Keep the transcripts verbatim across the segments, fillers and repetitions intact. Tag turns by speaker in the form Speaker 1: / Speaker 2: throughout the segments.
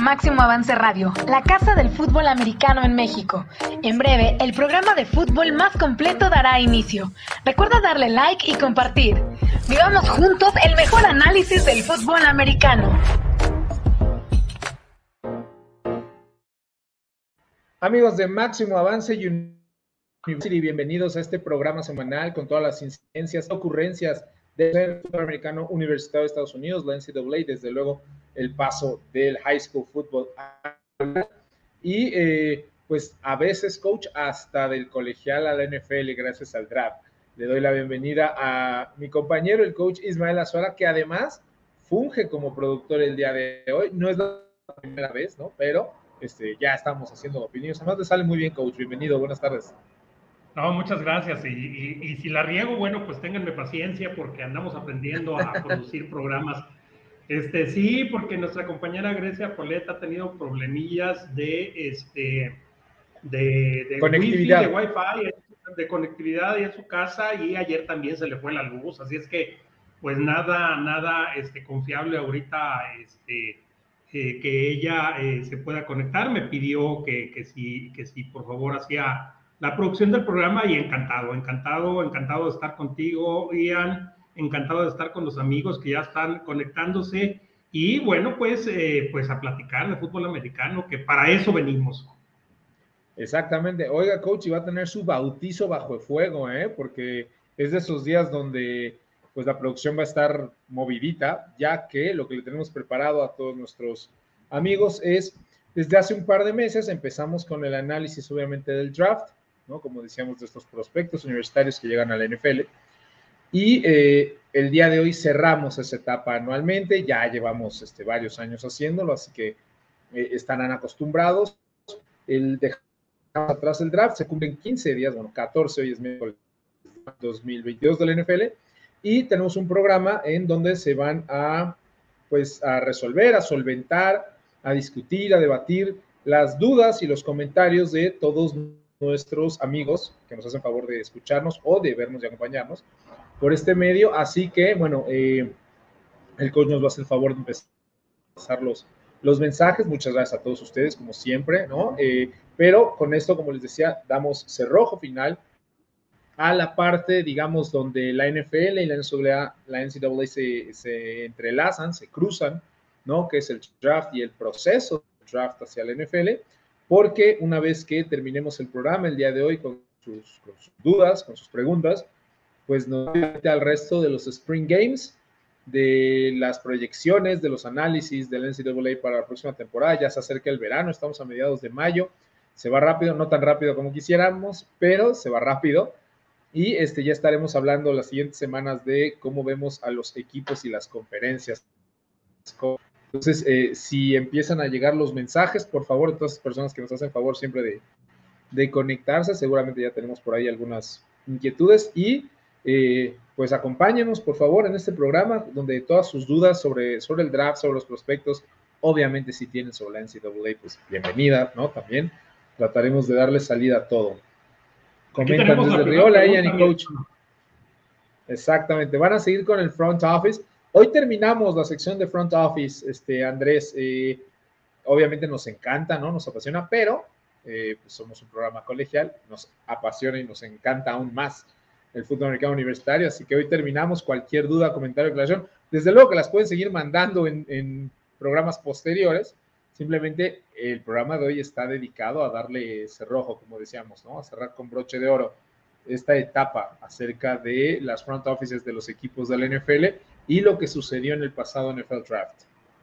Speaker 1: Máximo Avance Radio, la casa del fútbol americano en México. En breve, el programa de fútbol más completo dará inicio. Recuerda darle like y compartir. Vivamos juntos el mejor análisis del fútbol americano.
Speaker 2: Amigos de Máximo Avance University, bienvenidos a este programa semanal con todas las incidencias, ocurrencias del fútbol americano universitario de Estados Unidos, la N C double A, desde luego el paso del high school football y eh, pues a veces, coach, hasta del colegial a la N F L gracias al draft. Le doy la bienvenida a mi compañero, el coach Ismael Azuara, que además funge como productor el día de hoy. No es la primera vez, ¿no? Pero este, ya estamos haciendo opiniones. Además, le sale muy bien, coach. Bienvenido, buenas tardes.
Speaker 3: No, muchas gracias. Y, y, y si la riego, bueno, pues ténganme paciencia porque andamos aprendiendo a producir programas. Este, sí, porque nuestra compañera Grecia Polet ha tenido problemillas de, este, de, de
Speaker 2: conectividad.
Speaker 3: wifi, de wifi, de conectividad ahí en su casa, y ayer también se le fue la luz. Así es que, pues nada, nada este, confiable ahorita, este, eh, que ella eh, se pueda conectar. Me pidió que, que sí, que sí, por favor, hacía la producción del programa, y encantado, encantado, encantado de estar contigo, Ian, encantado de estar con los amigos que ya están conectándose, y bueno, pues, eh, pues a platicar de fútbol americano, que para eso venimos.
Speaker 2: Exactamente. Oiga, coach, y va a tener su bautizo bajo fuego, ¿eh? Porque es de esos días donde pues la producción va a estar movidita, ya que lo que le tenemos preparado a todos nuestros amigos es, desde hace un par de meses empezamos con el análisis obviamente del draft, ¿no? Como decíamos, de estos prospectos universitarios que llegan a la N F L. Y eh, el día de hoy cerramos esa etapa anualmente, ya llevamos este, varios años haciéndolo, así que eh, estarán acostumbrados. El dejamos atrás el draft, se cumplen quince días, bueno, catorce, hoy es miércoles dos mil veintidós de la N F L, y tenemos un programa en donde se van a, pues, a resolver, a solventar, a discutir, a debatir las dudas y los comentarios de todos nuestros amigos que nos hacen favor de escucharnos o de vernos y acompañarnos por este medio. Así que, bueno, eh, el coach nos va a hacer el favor de empezar los, los mensajes. Muchas gracias a todos ustedes, como siempre, ¿no? Eh, pero con esto, como les decía, damos cerrojo final a la parte, digamos, donde la N F L y la N C double A, la N C double A se, se entrelazan, se cruzan, ¿no? Que es el draft y el proceso del draft hacia la N F L, porque una vez que terminemos el programa el día de hoy con sus, con sus dudas, con sus preguntas, pues nos mete al resto de los Spring Games, de las proyecciones, de los análisis del N C double A para la próxima temporada. Ya se acerca el verano, estamos a mediados de mayo, se va rápido, no tan rápido como quisiéramos, pero se va rápido. Y este, ya estaremos hablando las siguientes semanas de cómo vemos a los equipos y las conferencias. Entonces, eh, si empiezan a llegar los mensajes, por favor, de todas las personas que nos hacen favor siempre de, de conectarse, seguramente ya tenemos por ahí algunas inquietudes, y eh, pues acompáñenos, por favor, en este programa, donde todas sus dudas sobre, sobre el draft, sobre los prospectos, obviamente si tienen sobre la N C double A, pues bienvenida, ¿no? También trataremos de darle salida a todo. Comentan desde Riola, Ian y coach. Exactamente, van a seguir con el front office. Hoy terminamos la sección de front office, este, Andrés. Eh, obviamente nos encanta, ¿no? Nos apasiona, pero eh, pues somos un programa colegial, nos apasiona y nos encanta aún más el fútbol americano universitario, así que hoy terminamos. Cualquier duda, comentario, aclaración, desde luego que las pueden seguir mandando en, en programas posteriores. Simplemente el programa de hoy está dedicado a darle cerrojo, como decíamos, ¿no? A cerrar con broche de oro esta etapa acerca de las front offices de los equipos de la N F L y lo que sucedió en el pasado N F L Draft.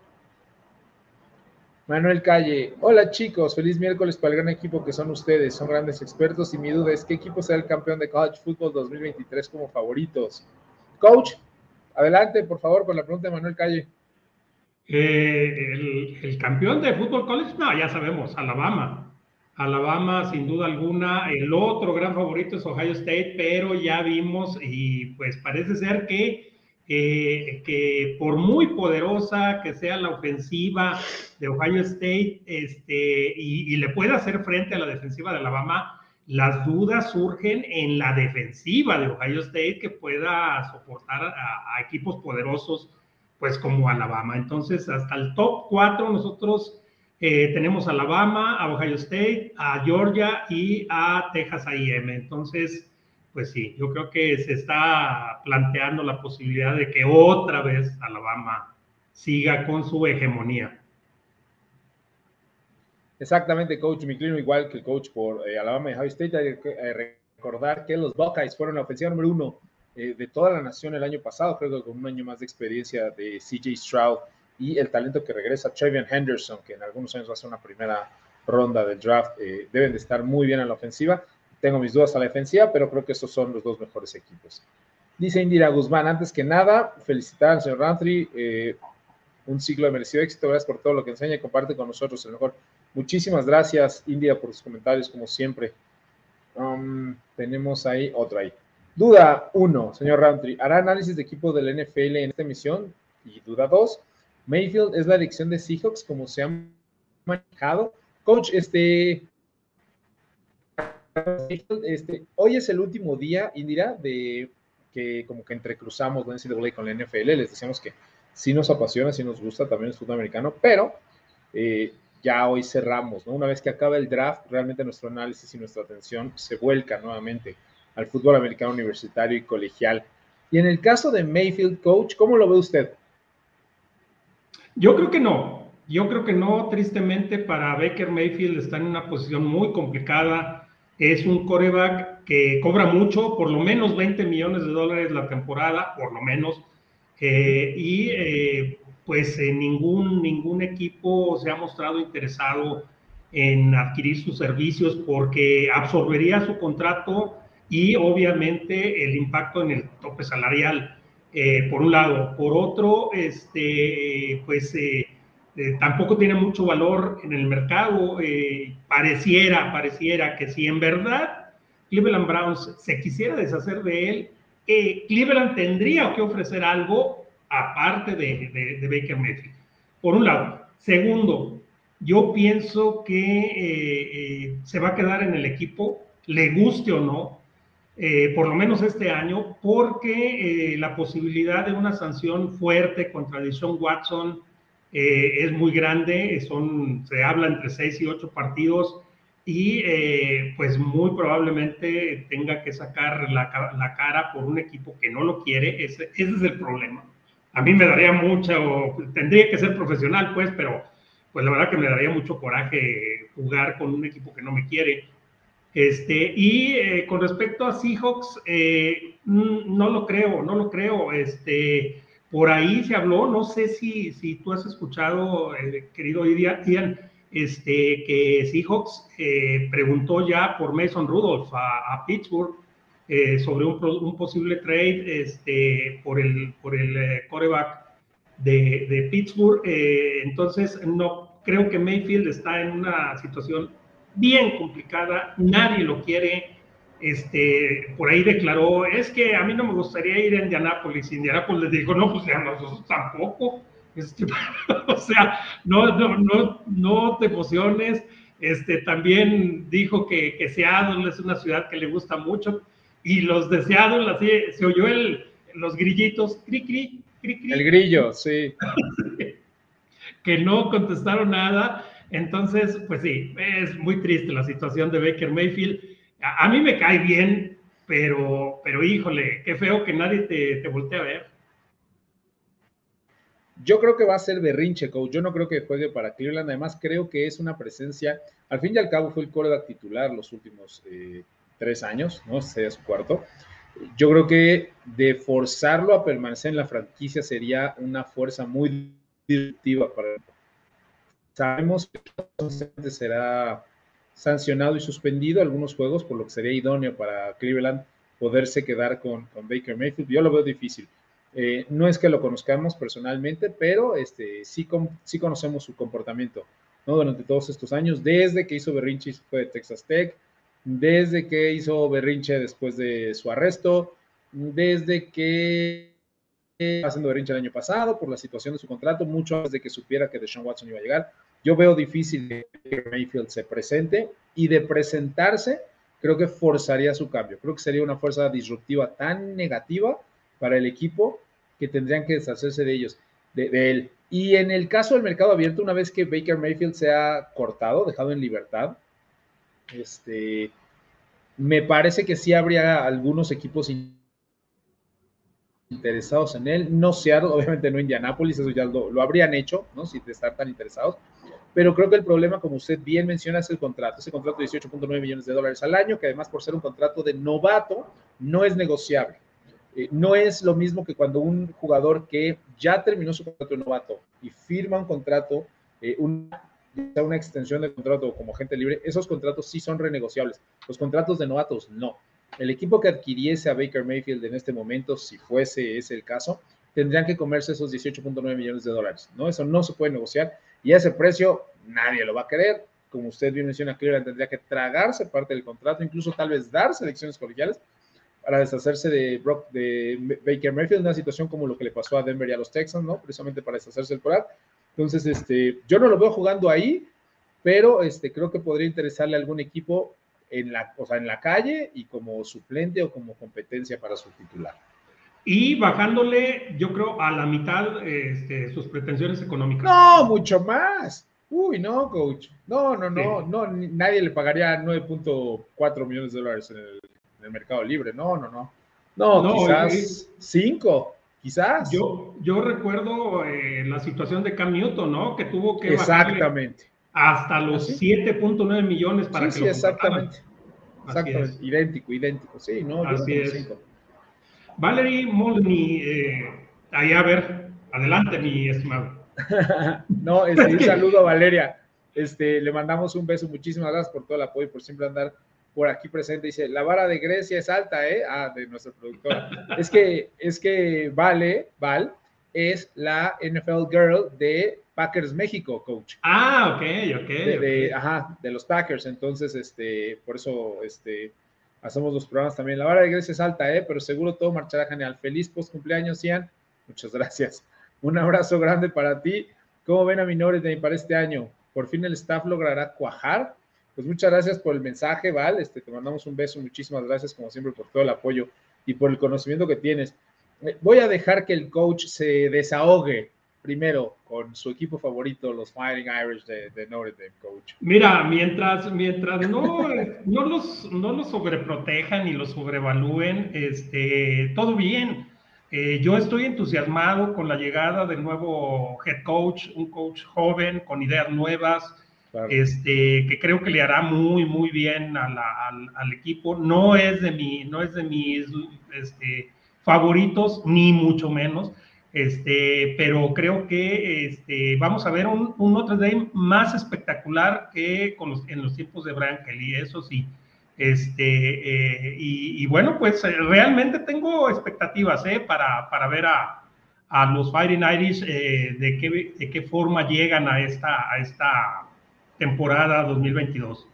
Speaker 2: Manuel Calle, hola chicos, feliz miércoles para el gran equipo que son ustedes, son grandes expertos, y mi duda es, ¿qué equipo será el campeón de College Football dos mil veintitrés como favoritos? Coach, adelante por favor con la pregunta de Manuel Calle.
Speaker 3: Eh, el, el campeón de fútbol college, no, ya sabemos, Alabama. Alabama, sin duda alguna. El otro gran favorito es Ohio State, pero ya vimos, y pues parece ser que, eh, que por muy poderosa que sea la ofensiva de Ohio State, este, y, y le puede hacer frente a la defensiva de Alabama, las dudas surgen en la defensiva de Ohio State, que pueda soportar a, a equipos poderosos pues como Alabama. Entonces, hasta el top cuatro nosotros Eh, tenemos a Alabama, a Ohio State, a Georgia y a Texas A y M. Entonces, pues sí, yo creo que se está planteando la posibilidad de que otra vez Alabama siga con su hegemonía.
Speaker 2: Exactamente, coach, me inclino igual que el coach por eh, Alabama y Ohio State. Hay que eh, recordar que los Buckeyes fueron la ofensiva número uno eh, de toda la nación el año pasado, creo que con un año más de experiencia de C J Stroud y el talento que regresa TreVeyon Henderson, que en algunos años va a ser una primera ronda del draft, eh, deben de estar muy bien a la ofensiva. Tengo mis dudas a la defensiva, pero creo que estos son los dos mejores equipos. Dice Indira Guzmán, antes que nada, felicitar al señor Roundtree, eh, un ciclo de merecido éxito, gracias por todo lo que enseña y comparte con nosotros el mejor. Muchísimas gracias, India, por sus comentarios, como siempre. Um, tenemos ahí otro ahí. Duda uno, señor Roundtree, ¿hará análisis de equipo del N F L en esta emisión? Y duda dos, ¿Mayfield es la elección de Seahawks como se ha manejado? Coach, este, este hoy es el último día, Indira, de que como que entrecruzamos la N C A A con la N F L. Les decíamos que sí nos apasiona, sí nos gusta también el fútbol americano, pero eh, ya hoy cerramos, ¿no? Una vez que acaba el draft, realmente nuestro análisis y nuestra atención se vuelca nuevamente al fútbol americano universitario y colegial. Y en el caso de Mayfield, coach, ¿cómo lo ve usted?
Speaker 3: Yo creo que no, yo creo que no, tristemente para Baker Mayfield está en una posición muy complicada, es un quarterback que cobra mucho, por lo menos veinte millones de dólares la temporada, por lo menos, eh, y eh, pues eh, ningún, ningún equipo se ha mostrado interesado en adquirir sus servicios porque absorbería su contrato y obviamente el impacto en el tope salarial. Eh, por un lado. Por otro, este, pues eh, eh, tampoco tiene mucho valor en el mercado. Eh, pareciera, pareciera que si en verdad Cleveland Browns se quisiera deshacer de él, eh, Cleveland tendría que ofrecer algo aparte de, de, de Baker Mayfield. Por un lado. Segundo, yo pienso que eh, eh, se va a quedar en el equipo, le guste o no, Eh, por lo menos este año, porque eh, la posibilidad de una sanción fuerte contra Deshaun Watson eh, es muy grande, son, se habla entre seis y ocho partidos y eh, pues muy probablemente tenga que sacar la, la cara por un equipo que no lo quiere, ese, ese es el problema. A mí me daría mucho, tendría que ser profesional pues, pero pues la verdad que me daría mucho coraje jugar con un equipo que no me quiere. Este, y eh, con respecto a Seahawks, eh, no lo creo, no lo creo. Este, por ahí se habló, no sé si, si tú has escuchado, eh, querido Ian, este, que Seahawks eh, preguntó ya por Mason Rudolph a, a Pittsburgh eh, sobre un, un posible trade este, por el, por el eh, quarterback de, de Pittsburgh. Eh, entonces, no creo que Mayfield está en una situación bien complicada, nadie lo quiere. Este, por ahí declaró, es que a mí no me gustaría ir a Indianápolis. Indianápolis les dijo, no, pues ya nosotros tampoco. Este, o sea, no, no, no, no te emociones. Este, también dijo que, que Seattle es una ciudad que le gusta mucho. Y los de Seattle, así, se oyó el, los grillitos, cri, cri, cri, cri.
Speaker 2: El grillo, sí.
Speaker 3: Que no contestaron nada. Entonces, pues sí, es muy triste la situación de Baker Mayfield. A, a mí me cae bien, pero, pero híjole, qué feo que nadie te, te voltee a ver.
Speaker 2: Yo creo que va a ser berrinche, coach. Yo no creo que juegue para Cleveland. Además, creo que es una presencia, al fin y al cabo fue el quarterback titular los últimos eh, tres años, ¿no? Este es su cuarto. Yo creo que de forzarlo a permanecer en la franquicia sería una fuerza muy disruptiva para él. Sabemos que será sancionado y suspendido algunos juegos, por lo que sería idóneo para Cleveland poderse quedar con, con Baker Mayfield. Yo lo veo difícil. Eh, no es que lo conozcamos personalmente, pero este, sí, com, sí conocemos su comportamiento, ¿no? Durante todos estos años, desde que hizo berrinche y fue de Texas Tech, desde que hizo berrinche después de su arresto, desde que haciendo berrinche el año pasado por la situación de su contrato, mucho antes de que supiera que Deshaun Watson iba a llegar. Yo veo difícil que Mayfield se presente, y de presentarse, creo que forzaría su cambio. Creo que sería una fuerza disruptiva tan negativa para el equipo que tendrían que deshacerse de ellos. de, de él. Y en el caso del mercado abierto, una vez que Baker Mayfield se ha cortado, dejado en libertad, este, me parece que sí habría algunos equipos interesados en él. No Seattle, obviamente no Indianapolis, eso ya lo, lo habrían hecho, ¿no? Sin estar tan interesados. Pero creo que el problema, como usted bien menciona, es el contrato. Ese contrato de dieciocho punto nueve millones de dólares al año, que además por ser un contrato de novato, no es negociable. Eh, no es lo mismo que cuando un jugador que ya terminó su contrato de novato y firma un contrato, eh, una, una extensión de contrato como agente libre, esos contratos sí son renegociables. Los contratos de novatos no. El equipo que adquiriese a Baker Mayfield en este momento, si fuese ese el caso, tendrían que comerse esos dieciocho punto nueve millones de dólares, ¿no? Eso no se puede negociar y a ese precio nadie lo va a querer. Como usted bien menciona, Cleveland tendría que tragarse parte del contrato, incluso tal vez dar selecciones colegiales para deshacerse de, Brock, de Baker Mayfield, una situación como lo que le pasó a Denver y a los Texans, ¿no? Precisamente para deshacerse del coral. Entonces, este, yo no lo veo jugando ahí, pero este, creo que podría interesarle a algún equipo en la, o sea, en la calle y como suplente o como competencia para su titular.
Speaker 3: Y bajándole, yo creo, a la mitad este, sus pretensiones económicas.
Speaker 2: No, mucho más. Uy, no, coach. No, no, no, sí. no, nadie le pagaría nueve punto cuatro millones de dólares en el, en el mercado libre. No, no, no. No, no quizás cinco, quizás.
Speaker 3: Yo, yo recuerdo eh, la situación de Cam Newton, ¿no? Que tuvo que
Speaker 2: exactamente
Speaker 3: hasta los ¿sí? siete punto nueve millones para
Speaker 2: sí,
Speaker 3: que
Speaker 2: sí,
Speaker 3: lo
Speaker 2: exactamente. Exactamente. Idéntico, idéntico. Sí, no, yo
Speaker 3: Así
Speaker 2: no
Speaker 3: es.
Speaker 2: cinco.
Speaker 3: Valerie Molny, eh, ahí a ver, adelante, mi estimado.
Speaker 2: No, este, un saludo a Valeria. Este, le mandamos un beso, muchísimas gracias por todo el apoyo, por siempre andar por aquí presente. Dice, la vara de Grecia es alta, ¿eh? Ah, de nuestra productora. Es que, es que Vale, Val, es la N F L Girl de Packers México, coach.
Speaker 3: Ah, ok, ok.
Speaker 2: De, de,
Speaker 3: okay.
Speaker 2: Ajá, de los Packers. Entonces, este, por eso, este, hacemos los programas también. La vara de Grecia es alta, ¿eh? Pero seguro todo marchará genial. Feliz post cumpleaños, Ian. Muchas gracias. Un abrazo grande para ti. ¿Cómo ven a mi Notre Dame para este año? ¿Por fin el staff logrará cuajar? Pues muchas gracias por el mensaje, Val. Este, te mandamos un beso. Muchísimas gracias, como siempre, por todo el apoyo y por el conocimiento que tienes. Voy a dejar que el coach se desahogue primero con su equipo favorito, los Fighting Irish de, de Notre Dame, coach.
Speaker 3: Mira, mientras, mientras no, no, los, no los sobreprotejan y los sobrevalúen, este, todo bien. Eh, yo estoy entusiasmado con la llegada del nuevo head coach, un coach joven con ideas nuevas, claro. este, que creo que le hará muy, muy bien a la, al, al equipo. No es de, mi, no es de mis este, favoritos, ni mucho menos. Este, pero creo que este, vamos a ver un, un Notre Dame más espectacular que con los, en los tiempos de Brian Kelly, eso sí. Este, eh, y, y bueno, pues eh, realmente tengo expectativas eh, para, para ver a, a los Fighting Irish eh, de, qué, de qué forma llegan a esta, a esta temporada dos mil veintidós.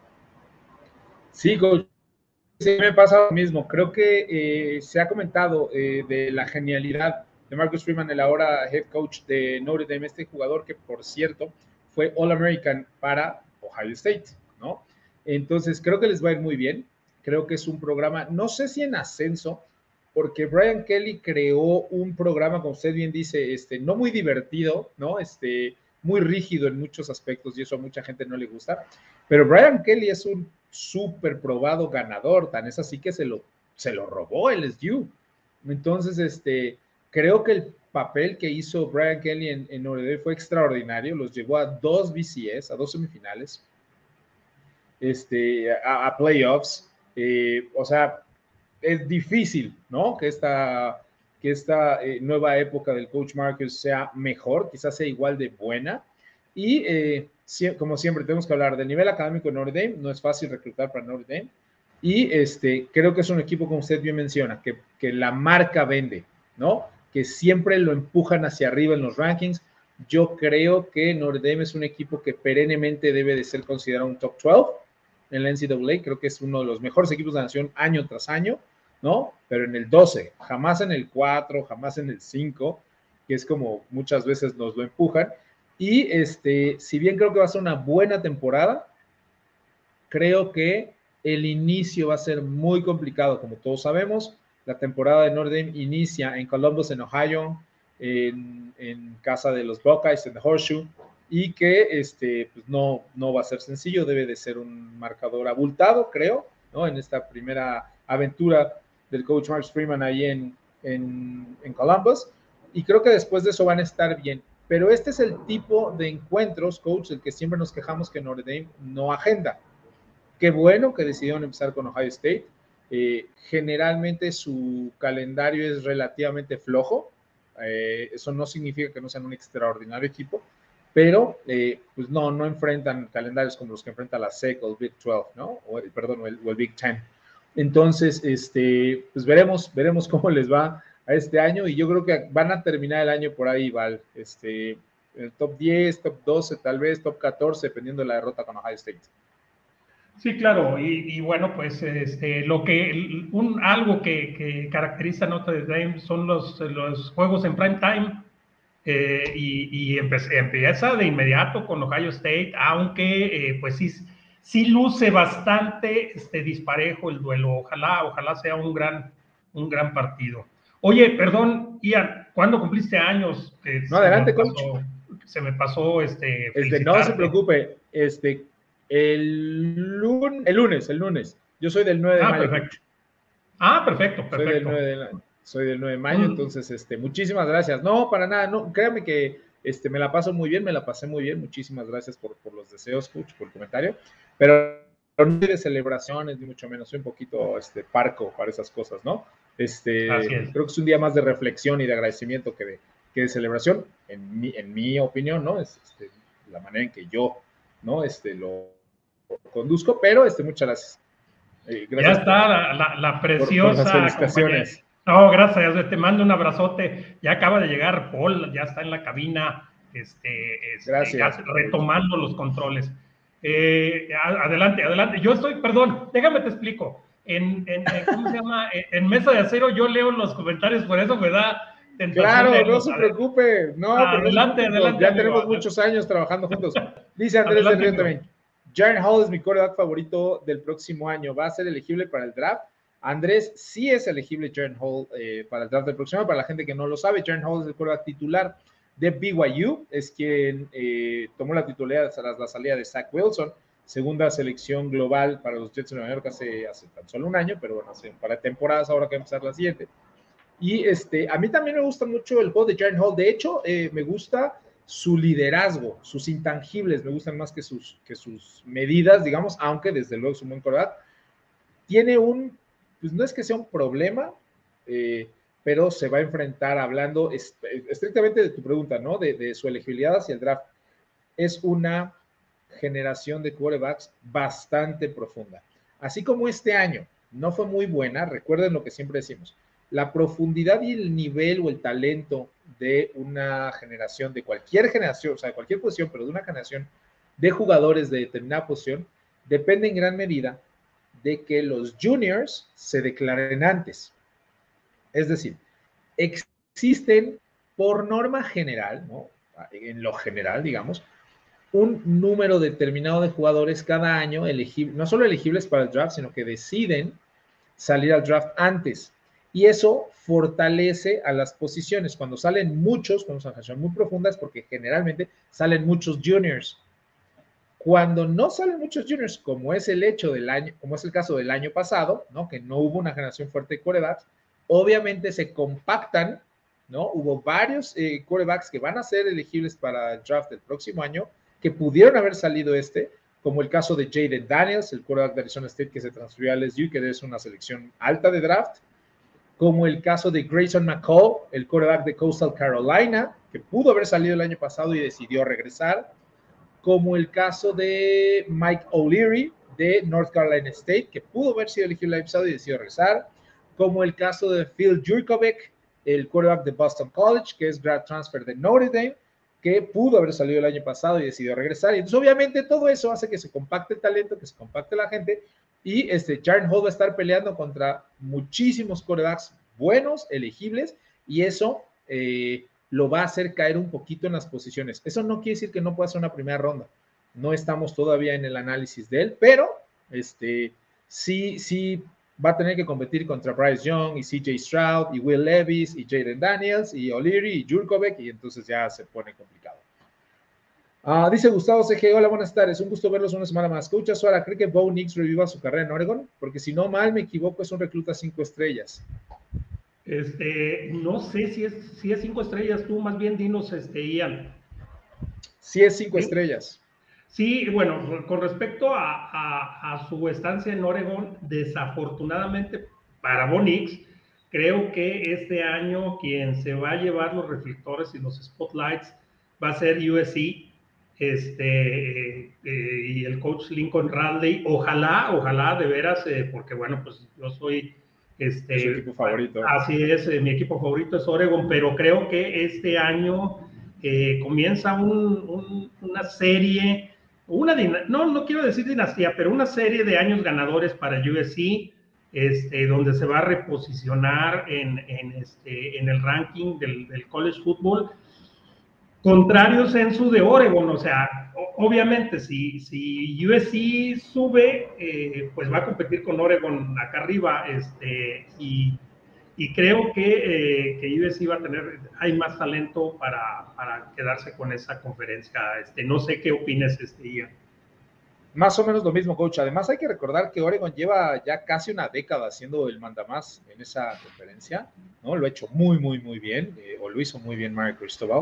Speaker 2: Sí, coach. Sí, me pasa lo mismo. Creo que eh, se ha comentado eh, de la genialidad de Marcus Freeman, el ahora head coach de Notre Dame, este jugador que, por cierto, fue All-American para Ohio State, ¿no? Entonces, creo que les va a ir muy bien. Creo que es un programa, no sé si en ascenso, porque Brian Kelly creó un programa, como usted bien dice, este, no muy divertido, ¿no? Este, muy rígido en muchos aspectos y eso a mucha gente no le gusta. Pero Brian Kelly es un súper probado ganador, tan es así que se lo, se lo robó el S U. Entonces, este, creo que el papel que hizo Brian Kelly en, en Notre Dame fue extraordinario. Los llevó a dos B C S, a dos semifinales. Este, a, a playoffs, eh, o sea, es difícil, ¿no? Que esta, que esta eh, nueva época del coach Marcus sea mejor, quizás sea igual de buena, y eh, si, como siempre tenemos que hablar del nivel académico de Notre Dame, no es fácil reclutar para Notre Dame, y este, creo que es un equipo, como usted bien menciona, que, que la marca vende, ¿no? Que siempre lo empujan hacia arriba en los rankings. Yo creo que Notre Dame es un equipo que perennemente debe de ser considerado un top doce en la N C double A, creo que es uno de los mejores equipos de la nación año tras año, ¿no? Pero en el doce, jamás en el cuatro, jamás en el cinco, que es como muchas veces nos lo empujan. Y este, si bien creo que va a ser una buena temporada, creo que el inicio va a ser muy complicado, como todos sabemos. La temporada de Notre Dame inicia en Columbus, en Ohio, en, en casa de los Buckeyes, en The Horseshoe, y que este, pues no, no va a ser sencillo, debe de ser un marcador abultado, creo, ¿no? En esta primera aventura del coach Mark Freeman ahí en, en, en Columbus, y creo que después de eso van a estar bien. Pero este es el tipo de encuentros, coach, el que siempre nos quejamos que Notre Dame no agenda. Qué bueno que decidieron empezar con Ohio State. Eh, generalmente su calendario es relativamente flojo. Eh, eso no significa que no sean un extraordinario equipo, pero eh, pues no, no enfrentan calendarios como los que enfrenta la S E C o el Big doce, ¿no? O el, perdón, o el, o el Big Ten. Entonces, este, pues veremos, veremos cómo les va a este año, y yo creo que van a terminar el año por ahí, Val, este, el top diez, top doce, tal vez, top catorce, dependiendo de la derrota con Ohio State.
Speaker 3: Sí, claro, y, y bueno, pues este, lo que, un, algo que, que caracteriza a Notre Dame son los, los juegos en prime time, eh, y, y empe empieza de inmediato con Ohio State, aunque eh, pues sí, sí luce bastante este, disparejo el duelo. Ojalá, ojalá sea un gran, un gran partido. Oye, perdón, Ian, ¿cuándo cumpliste años? Eh,
Speaker 2: no, adelante,
Speaker 3: se me
Speaker 2: coach.
Speaker 3: pasó, se me pasó este,
Speaker 2: este no se preocupe, este, el, lun el lunes, el lunes. Yo soy del nueve de
Speaker 3: ah,
Speaker 2: mayo.
Speaker 3: Perfecto. Ah, perfecto, perfecto.
Speaker 2: Soy del nueve de, soy del nueve de mayo, mm. entonces, este, muchísimas gracias. No, para nada, no, créame que este, me la paso muy bien, me la pasé muy bien. Muchísimas gracias por, por los deseos, coach, por el comentario. Pero no soy de celebraciones, ni mucho menos. Soy un poquito este, parco para esas cosas, ¿no? Este, creo que es un día más de reflexión y de agradecimiento que de, que de celebración, en mi, en mi opinión, ¿no? Es este, la manera en que yo, ¿no? Este, lo conduzco, pero este, muchas gracias.
Speaker 3: Eh, gracias ya está por, la, la, la preciosa. Por, por las
Speaker 2: felicitaciones.
Speaker 3: No, gracias, te mando un abrazote. Ya acaba de llegar Paul, ya está en la cabina, este, este
Speaker 2: gracias.
Speaker 3: Ya retomando los controles. Eh, adelante, adelante. Yo estoy, perdón, déjame te explico. En, en, en ¿cómo se llama? En, en Mesa de Acero yo leo los comentarios, por eso me da
Speaker 2: tentación. Claro, no se preocupe. No,
Speaker 3: adelante,
Speaker 2: pero
Speaker 3: adelante.
Speaker 2: Ya
Speaker 3: amigo,
Speaker 2: tenemos
Speaker 3: adelante.
Speaker 2: muchos años trabajando juntos. Dice Andrés del Río también. Jaren Hall es mi quarterback favorito del próximo año. ¿Va a ser elegible para el draft? Andrés, sí es elegible Jaren Hall eh, para el draft del próximo año. Para la gente que no lo sabe, Jaren Hall es el quarterback titular de B Y U. Es quien eh, tomó la titularidad tras la salida de Zach Wilson, segunda selección global para los Jets de Nueva York hace, hace tan solo un año, pero bueno, hace para temporadas ahora que va a empezar la siguiente. Y este, a mí también me gusta mucho el juego de Jaren Hall. De hecho, eh, me gusta su liderazgo, sus intangibles, me gustan más que sus, que sus medidas, digamos, aunque desde luego es un buen quarterback. Tiene un, pues no es que sea un problema, eh, pero se va a enfrentar, hablando est estrictamente de tu pregunta, ¿no? De, de su elegibilidad hacia el draft. Es una generación de quarterbacks bastante profunda. Así como este año no fue muy buena, recuerden lo que siempre decimos, la profundidad y el nivel o el talento de una generación, de cualquier generación, o sea, de cualquier posición, pero de una generación de jugadores de determinada posición, depende en gran medida de que los juniors se declaren antes. Es decir, existen por norma general, ¿no? En lo general, digamos, un número determinado de jugadores cada año elegibles, no solo elegibles para el draft, sino que deciden salir al draft antes. Y eso fortalece a las posiciones. Cuando salen muchos, cuando son generaciones muy profundas, porque generalmente salen muchos juniors. Cuando no salen muchos juniors, como es el hecho del año, como es el caso del año pasado, ¿no? Que no hubo una generación fuerte de quarterbacks, obviamente se compactan, ¿no? Hubo varios eh, quarterbacks que van a ser elegibles para el draft del próximo año, que pudieron haber salido este, como el caso de Jaden Daniels, el quarterback de Arizona State que se transfirió a L S U, que es una selección alta de draft, como el caso de Grayson McCall, el quarterback de Coastal Carolina, que pudo haber salido el año pasado y decidió regresar, como el caso de Mike O'Leary de North Carolina State, que pudo haber sido elegido el año pasado y decidió regresar, como el caso de Phil Jurkovec, el quarterback de Boston College, que es grad transfer de Notre Dame, que pudo haber salido el año pasado y decidió regresar. Y entonces, obviamente, todo eso hace que se compacte el talento, que se compacte la gente, y este, Jaren Hall va a estar peleando contra muchísimos quarterbacks buenos, elegibles, y eso eh, lo va a hacer caer un poquito en las posiciones. Eso no quiere decir que no pueda ser una primera ronda. No estamos todavía en el análisis de él, pero este, sí, sí va a tener que competir contra Bryce Young y C J Stroud y Will Levis y Jaden Daniels y O'Leary y Jurkovec, y entonces ya se pone complicado. Uh, dice Gustavo C G, hola, buenas tardes, un gusto verlos una semana más. Coach Azuara, ¿cree que Bo Nix reviva su carrera en Oregon? Porque si no mal me equivoco, es un recluta cinco estrellas.
Speaker 3: Este, no sé si es, si es cinco estrellas, tú más bien dinos, este, Ian.
Speaker 2: Sí es cinco
Speaker 3: ¿Sí?
Speaker 2: estrellas.
Speaker 3: Sí, bueno, con respecto a, a, a su estancia en Oregon, desafortunadamente para Bo Nix, creo que este año quien se va a llevar los reflectores y los spotlights va a ser U S C, este, eh, y el coach Lincoln Riley. Ojalá, ojalá de veras, eh, porque bueno, pues yo soy... Este,
Speaker 2: es su equipo favorito.
Speaker 3: Así es, eh, mi equipo favorito es Oregon, pero creo que este año eh, comienza un, un, una serie, una no, no quiero decir dinastía, pero una serie de años ganadores para U S C, este, donde se va a reposicionar en, en, este, en el ranking del, del college football, contrario censo de Oregon. O sea, obviamente si, si U S C sube, eh, pues va a competir con Oregon acá arriba, este, y, y creo que, eh, que U S C va a tener, hay más talento para, para quedarse con esa conferencia. Este, no sé qué opinas, este, Ian.
Speaker 2: Más o menos lo mismo, coach. Además hay que recordar que Oregon lleva ya casi una década haciendo el mandamás en esa conferencia, ¿no? Lo ha hecho muy, muy, muy bien, eh, o lo hizo muy bien Mark Cristobal.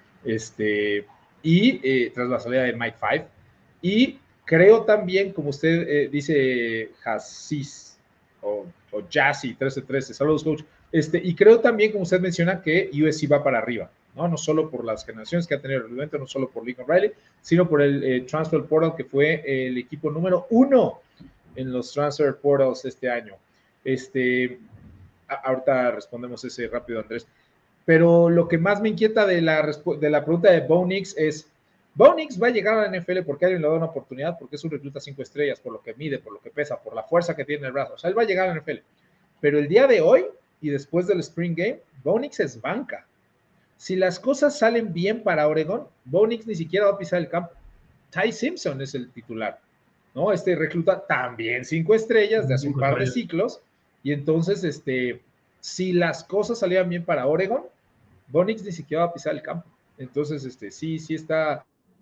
Speaker 2: Este, y eh, tras la salida de Mike Five, y creo también, como usted eh, dice, Hassis o, o Jazzy trece trece, saludos coach, este, y creo también, como usted menciona, que U S C va para arriba, ¿no? No solo por las generaciones que ha tenido el evento, no solo por Lincoln Riley, sino por el eh, Transfer Portal, que fue el equipo número uno en los Transfer Portals este año. Este, a, ahorita respondemos ese rápido, Andrés. Pero lo que más me inquieta de la, de la pregunta de Bo Nix es, Bo Nix va a llegar a la N F L porque alguien le da una oportunidad, porque es un recluta cinco estrellas, por lo que mide, por lo que pesa, por la fuerza que tiene en el brazo. O sea, él va a llegar a la N F L. Pero el día de hoy, y después del Spring Game, Bo Nix es banca. Si las cosas salen bien para Oregon, Bo Nix ni siquiera va a pisar el campo. Ty Simpson es el titular, ¿no? Este recluta también cinco estrellas de hace un par de ciclos, y entonces, este, si las cosas salían bien para Oregon, Bo Nix ni siquiera va a pisar el campo. Entonces, este, sí, sí está,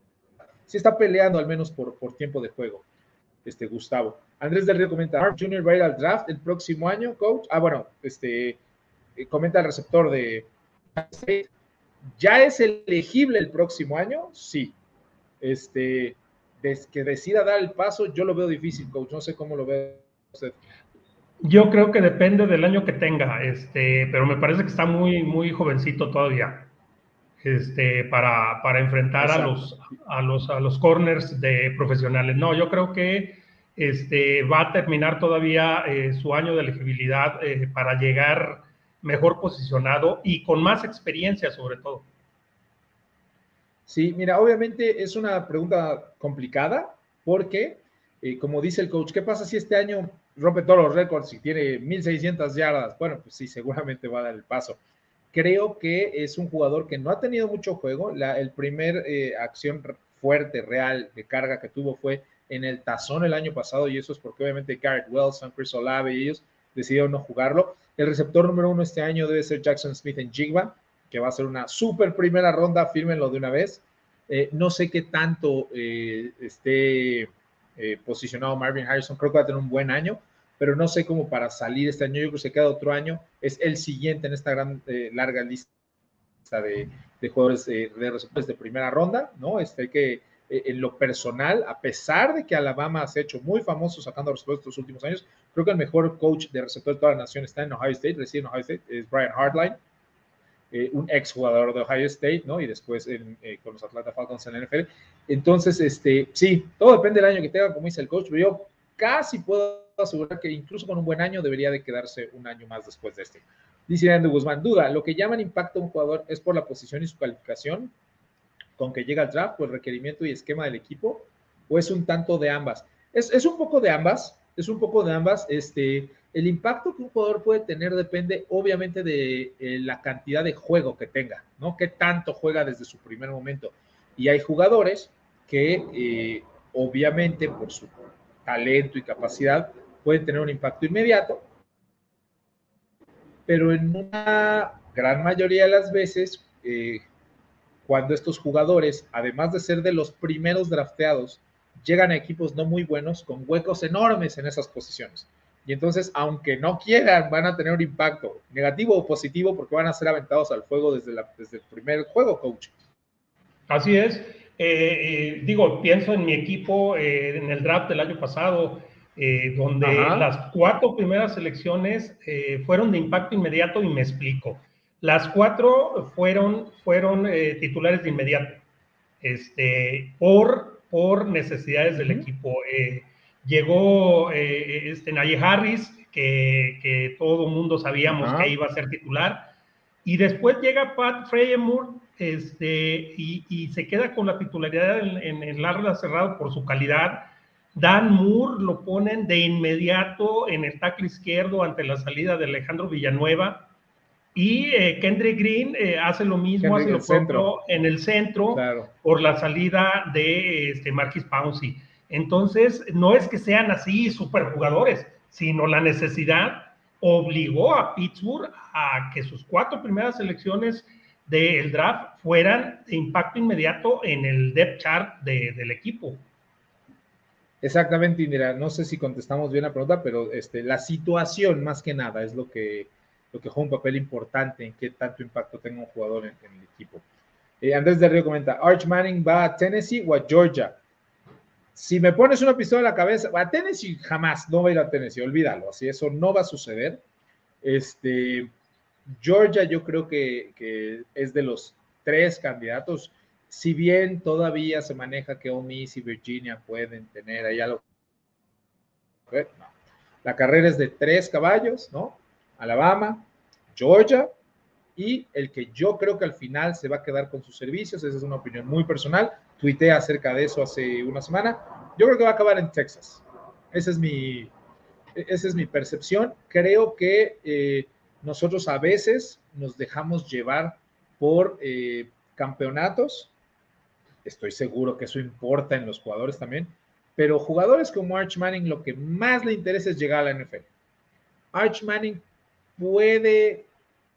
Speaker 2: sí está peleando al menos por, por tiempo de juego. Este, Gustavo. Andrés del Río comenta, Mark junior va a ir al draft el próximo año, coach. Ah, bueno, este, comenta el receptor de ¿ya es elegible el próximo año? Sí. Este, des, que decida dar el paso, yo lo veo difícil, coach. No sé cómo lo ve usted.
Speaker 3: Yo creo que depende del año que tenga, este, pero me parece que está muy, muy jovencito todavía, este, para, para enfrentar a los, a los, a los corners de profesionales. No, yo creo que este, va a terminar todavía eh, su año de elegibilidad eh, para llegar mejor posicionado y con más experiencia, sobre todo.
Speaker 2: Sí, mira, obviamente es una pregunta complicada porque, eh, como dice el coach, ¿qué pasa si este año rompe todos los récords y tiene mil seiscientas yardas? Bueno, pues sí, seguramente va a dar el paso. Creo que es un jugador que no ha tenido mucho juego. La el primer eh, acción fuerte, real, de carga que tuvo fue en el Tazón el año pasado, y eso es porque obviamente Garrett Wilson, Chris Olave y ellos decidieron no jugarlo. El receptor número uno este año debe ser Jackson Smith-Njigba, que va a ser una súper primera ronda, fírmenlo de una vez. Eh, no sé qué tanto eh, esté eh, posicionado Marvin Harrison, creo que va a tener un buen año, pero no sé cómo para salir este año. Yo creo que se queda otro año, es el siguiente en esta gran eh, larga lista de, de jugadores eh, de receptores de primera ronda, ¿no? Este que eh, en lo personal, a pesar de que Alabama se ha hecho muy famoso sacando receptores estos últimos años, creo que el mejor coach de receptor de toda la nación está en Ohio State, reside en Ohio State, es Brian Hartline, eh, un ex jugador de Ohio State, ¿no? Y después en, eh, con los Atlanta Falcons en la N F L. Entonces, este, sí, todo depende del año que tenga, como dice el coach, pero yo casi puedo asegurar que incluso con un buen año debería de quedarse un año más después de este. Dice Andrew Guzmán, duda, lo que llaman impacto a un jugador es por la posición y su calificación con que llega al draft, por el requerimiento y esquema del equipo, o es un tanto de ambas. Es, es un poco de ambas, es un poco de ambas. Este, el impacto que un jugador puede tener depende obviamente de eh, la cantidad de juego que tenga, ¿no? Qué tanto juega desde su primer momento. Y hay jugadores que eh, obviamente por su talento y capacidad pueden tener un impacto inmediato, pero en una gran mayoría de las veces, eh, cuando estos jugadores, además de ser de los primeros drafteados, llegan a equipos no muy buenos, con huecos enormes en esas posiciones. Y entonces, aunque no quieran, van a tener un impacto negativo o positivo porque van a ser aventados al fuego desde, la, desde el primer juego, coach.
Speaker 3: Así es. Eh, eh, digo, pienso en mi equipo eh, en el draft del año pasado, eh, donde Ajá. las cuatro primeras selecciones eh, fueron de impacto inmediato, y me explico. Las cuatro fueron, fueron eh, titulares de inmediato, este, por, por necesidades uh-huh. del equipo. Eh, llegó eh, este, Najee Harris, que, que todo el mundo sabíamos uh-huh. que iba a ser titular, y después llega Pat Freyemore, este, y, y se queda con la titularidad en, en el ala cerrado por su calidad. Dan Moore lo ponen de inmediato en el tackle izquierdo ante la salida de Alejandro Villanueva, y eh, Kendrick Green eh, hace lo mismo, Kendrick hace lo propio en el centro, claro. por la salida de este, Marquis Pouncey. Entonces, no es que sean así superjugadores, sino la necesidad obligó a Pittsburgh a que sus cuatro primeras selecciones del draft fueran de impacto inmediato en el depth chart de, del equipo.
Speaker 2: Exactamente, Indira. No sé si contestamos bien la pregunta, pero este, la situación más que nada es lo que, lo que juega un papel importante en qué tanto impacto tenga un jugador en, en el equipo. Eh, Andrés del Río comenta, ¿Arch Manning va a Tennessee o a Georgia? Si me pones una pistola en la cabeza, a Tennessee jamás, no va a ir a Tennessee, olvídalo, así eso no va a suceder. Este, Georgia yo creo que, que es de los tres candidatos, si bien todavía se maneja que Ole Miss y Virginia pueden tener ahí algo. No. La carrera es de tres caballos, ¿no? Alabama, Georgia, y el que yo creo que al final se va a quedar con sus servicios, esa es una opinión muy personal, tuiteé acerca de eso hace una semana, yo creo que va a acabar en Texas. Esa es mi, esa es mi percepción. Creo que eh, nosotros a veces nos dejamos llevar por eh, campeonatos, estoy seguro que eso importa en los jugadores también, pero jugadores como Arch Manning lo que más le interesa es llegar a la N F L. Arch Manning puede,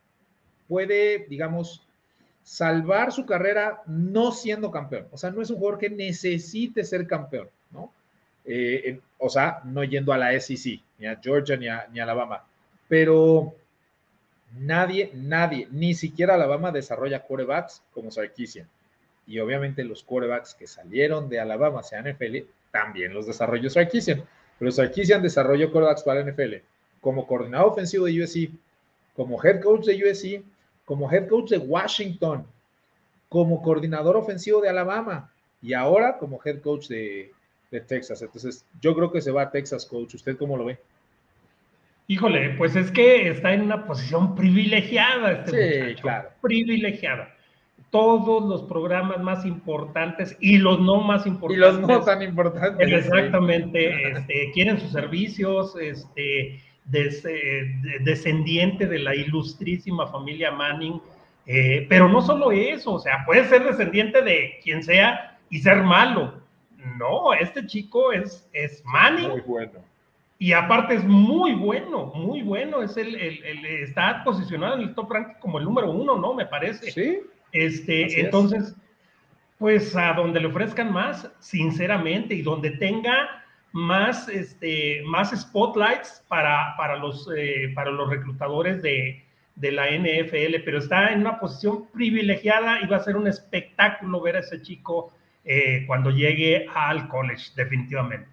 Speaker 2: puede, digamos, salvar su carrera no siendo campeón. O sea, no es un jugador que necesite ser campeón, ¿no? Eh, en, o sea, no yendo a la S E C, ni a Georgia, ni a, ni a Alabama. Pero nadie, nadie, ni siquiera Alabama desarrolla quarterbacks como Sarkisian. Y obviamente los quarterbacks que salieron de Alabama hacia N F L, también los desarrolló Sarkisian. Pero Sarkisian desarrolló quarterbacks para la N F L como coordinador ofensivo de U S C, como head coach de U S C, como head coach de Washington, como coordinador ofensivo de Alabama y ahora como head coach de, de Texas. Entonces, yo creo que se va a Texas, coach. ¿Usted cómo lo ve?
Speaker 3: Híjole, pues es que está en una posición privilegiada este
Speaker 2: sí,
Speaker 3: muchacho.
Speaker 2: Claro.
Speaker 3: Privilegiada. Todos los programas más importantes y los no más importantes.
Speaker 2: Y los no tan importantes.
Speaker 3: Exactamente, sí. este, quieren sus servicios, este, des, eh, descendiente de la ilustrísima familia Manning, eh, pero no solo eso, o sea, puede ser descendiente de quien sea y ser malo. No, este chico es, es Manning.
Speaker 2: Muy bueno.
Speaker 3: Y aparte es muy bueno, muy bueno. Es el, el, el, está posicionado en el top ranking como el número uno, ¿no? Me parece.
Speaker 2: Sí.
Speaker 3: Este, entonces, pues a donde le ofrezcan más, sinceramente, y donde tenga más, este, más spotlights para, para, los, eh, para los reclutadores de, de la N F L, pero está en una posición privilegiada y va a ser un espectáculo ver a ese chico eh, cuando llegue al college, definitivamente.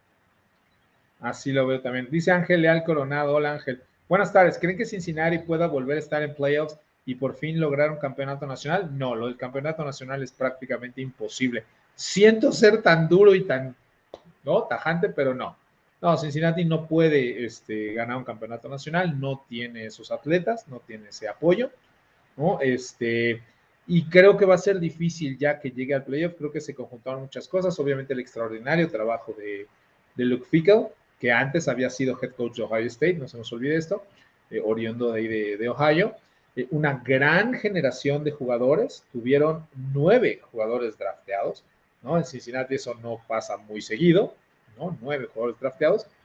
Speaker 2: Así lo veo también. Dice Ángel Leal Coronado. Hola, Ángel. Buenas tardes. ¿Creen que Cincinnati pueda volver a estar en playoffs y por fin lograr un campeonato nacional? No, lo del campeonato nacional es prácticamente imposible. Siento ser tan duro y tan, ¿no? tajante, pero no. No, Cincinnati no puede este, ganar un campeonato nacional, no tiene esos atletas, no tiene ese apoyo, ¿no? Este, y creo que va a ser difícil ya que llegue al playoff. Creo que se conjuntaron muchas cosas. Obviamente el extraordinario trabajo de, de Luke Fickell, que antes había sido head coach de Ohio State, no se nos olvide esto, eh, oriundo de ahí de, de Ohio. Eh, una gran generación de jugadores, tuvieron nueve jugadores drafteados, ¿no? En Cincinnati eso no pasa muy seguido, ¿no? Nueve jugadores drafteados,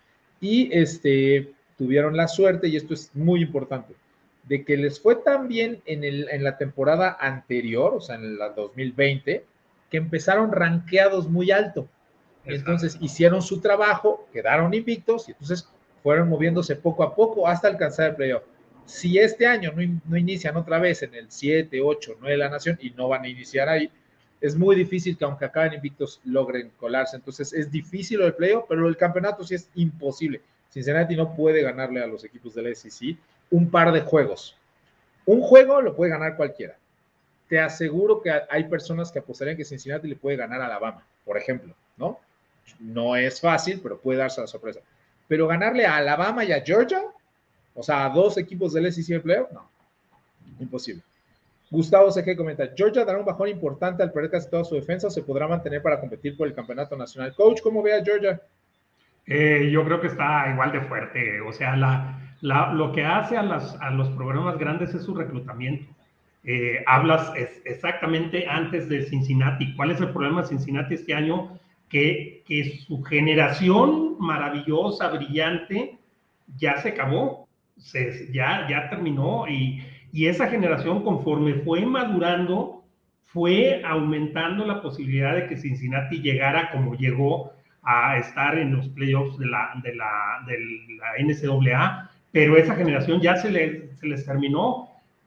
Speaker 2: y este, tuvieron la suerte, y esto es muy importante, de que les fue tan bien en, el, en la temporada anterior, o sea, en la dos mil veinte, que empezaron rankeados muy alto. Entonces hicieron su trabajo, quedaron invictos, y entonces fueron moviéndose poco a poco hasta alcanzar el playoff. Si este año no, no inician otra vez en el siete, ocho, nueve de la nación, y no van a iniciar ahí, es muy difícil que aunque acaben invictos logren colarse. Entonces es difícil el playoff, pero el campeonato sí es imposible. Cincinnati no puede ganarle a los equipos del S E C un par de juegos. Un juego lo puede ganar cualquiera. Te aseguro que hay personas que apostarían que Cincinnati le puede ganar a Alabama, por ejemplo, ¿no? No es fácil, pero puede darse la sorpresa. Pero ganarle a Alabama y a Georgia, o sea, a dos equipos del S E C en playoff, no, imposible. Gustavo C G comenta, Georgia dará un bajón importante al perder casi toda su defensa, o se podrá mantener para competir por el campeonato nacional. Coach, ¿cómo ve a Georgia?
Speaker 3: Eh, yo creo que está igual de fuerte. O sea, la, la, lo que hace a, las, a los programas grandes es su reclutamiento. Eh, hablas es, exactamente antes de Cincinnati. ¿Cuál es el problema de Cincinnati este año? Que, que su generación maravillosa, brillante, ya se acabó. Se, ya, ya terminó y... Y esa generación, conforme fue madurando, fue aumentando la posibilidad de que Cincinnati llegara como llegó a estar en los playoffs de la, de la, de la N C A A, pero esa generación ya se, le, se les terminó.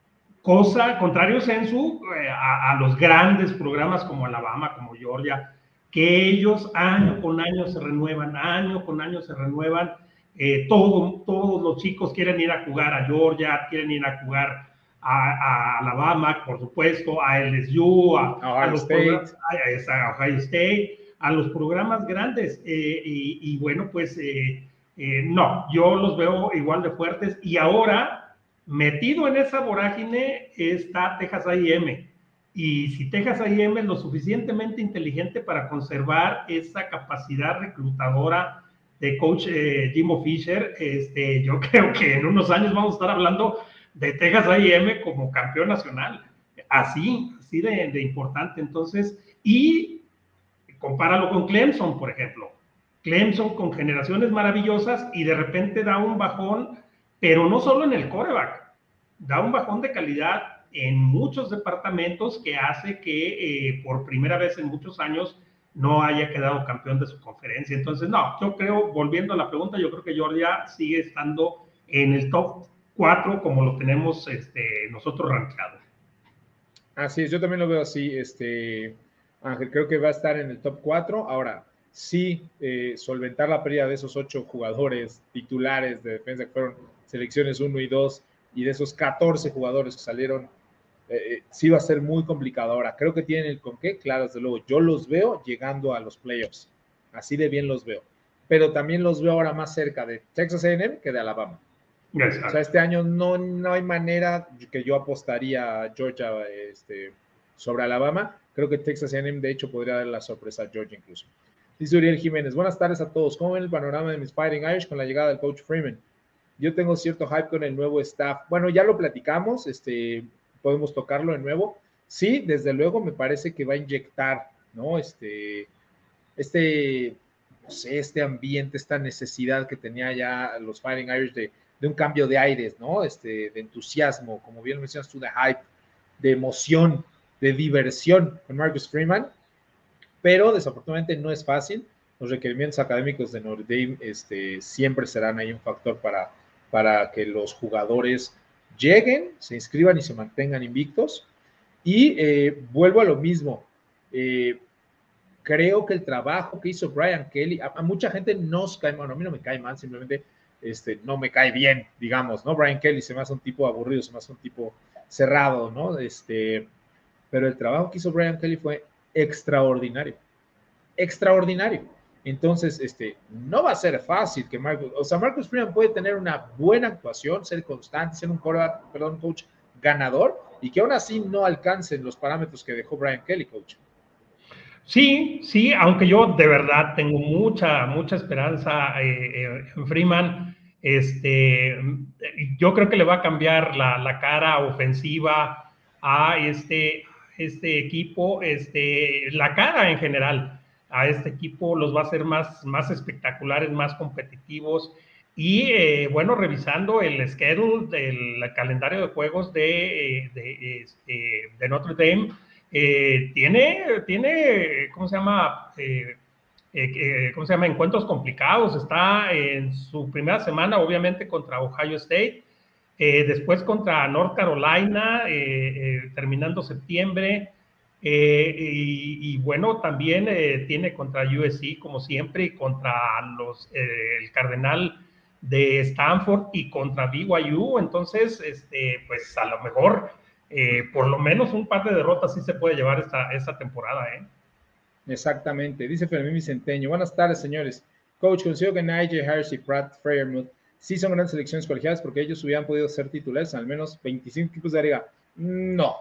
Speaker 3: Cosa, contrario, Sensu, eh, a, a los grandes programas como Alabama, como Georgia, que ellos año con año se renuevan, año con año se renuevan. Eh, todo, todos los chicos quieren ir a jugar a Georgia, quieren ir a jugar A, a Alabama, por supuesto, a L S U, a, a, los a, a Ohio State, a los programas grandes. Eh, y, y bueno, pues eh, eh, no, yo los veo igual de fuertes. Y ahora, metido en esa vorágine, está Texas A y M. Y si Texas A y M es lo suficientemente inteligente para conservar esa capacidad reclutadora de coach eh, Jimbo Fisher, este, yo creo que en unos años vamos a estar hablando de Texas A y M como campeón nacional, así, así de, de importante. Entonces, y compáralo con Clemson, por ejemplo. Clemson con generaciones maravillosas y de repente da un bajón, pero no solo en el quarterback, da un bajón de calidad en muchos departamentos que hace que eh, por primera vez en muchos años no haya quedado campeón de su conferencia. Entonces, no, yo creo, volviendo a la pregunta, yo creo que Georgia sigue estando en el top cuatro como lo tenemos este, nosotros rankeado.
Speaker 2: Así es, yo también lo veo así, este, Ángel, creo que va a estar en el top cuatro. Ahora, sí, eh, solventar la pérdida de esos ocho jugadores titulares de defensa que fueron selecciones uno y dos, y de esos catorce jugadores que salieron, eh, sí va a ser muy complicado. Ahora, creo que tienen el con qué, claro, desde luego, yo los veo llegando a los playoffs, así de bien los veo, pero también los veo ahora más cerca de Texas A and M que de Alabama. Exacto. O sea, este año no, no hay manera que yo apostaría a Georgia este, sobre Alabama. Creo que Texas A and M, de hecho, podría dar la sorpresa a Georgia incluso. Dice Uriel Jiménez, buenas tardes a todos. ¿Cómo ven el panorama de mis Fighting Irish con la llegada del coach Freeman? Yo tengo cierto hype con el nuevo staff. Bueno, ya lo platicamos, este, podemos tocarlo de nuevo. Sí, desde luego me parece que va a inyectar, ¿no? Este, este, no sé, este ambiente, esta necesidad que tenía ya los Fighting Irish de de un cambio de aires, ¿no? Este, de entusiasmo, como bien mencionas tú, de hype, de emoción, de diversión con Marcus Freeman, pero desafortunadamente no es fácil. Los requerimientos académicos de Notre Dame este, siempre serán ahí un factor para, para que los jugadores lleguen, se inscriban y se mantengan invictos. Y eh, vuelvo a lo mismo, eh, creo que el trabajo que hizo Brian Kelly, a, a mucha gente nos cae mal, a mí no me cae mal, simplemente Este, no me cae bien, digamos, ¿no? Brian Kelly se me hace un tipo aburrido, se me hace un tipo cerrado, ¿no? Este, pero el trabajo que hizo Brian Kelly fue extraordinario, extraordinario. Entonces, este, no va a ser fácil que Marcus, o sea, Marcus Freeman puede tener una buena actuación, ser constante, ser un quarterback, perdón, coach ganador, y que aún así no alcancen los parámetros que dejó Brian Kelly, coach.
Speaker 3: Sí, sí, aunque yo de verdad tengo mucha, mucha esperanza eh, en Freeman. Este, yo creo que le va a cambiar la, la cara ofensiva a este, este equipo, este, la cara en general. a este equipo, los va a hacer más, más espectaculares, más competitivos. Y eh, bueno, revisando el schedule, del calendario de juegos de, de, de, de Notre Dame, eh, tiene, tiene, ¿cómo se llama? Eh, eh, eh, ¿Cómo se llama? Encuentros complicados. Está en su primera semana, obviamente, contra Ohio State, eh, después contra North Carolina, eh, eh, terminando septiembre. Eh, y, y bueno, también eh, tiene contra U S C, como siempre, y contra los, eh, el Cardenal de Stanford y contra B Y U. Entonces, este, pues a lo mejor eh, por lo menos un par de derrotas sí se puede llevar esta, esta temporada, ¿eh?
Speaker 2: Exactamente, dice Fermín Vicenteño. Buenas tardes, señores. Coach, considero que Najee Harris y Pratt Freiermuth sí son grandes selecciones colegiadas porque ellos hubieran podido ser titulares en al menos veinticinco equipos de la liga. No.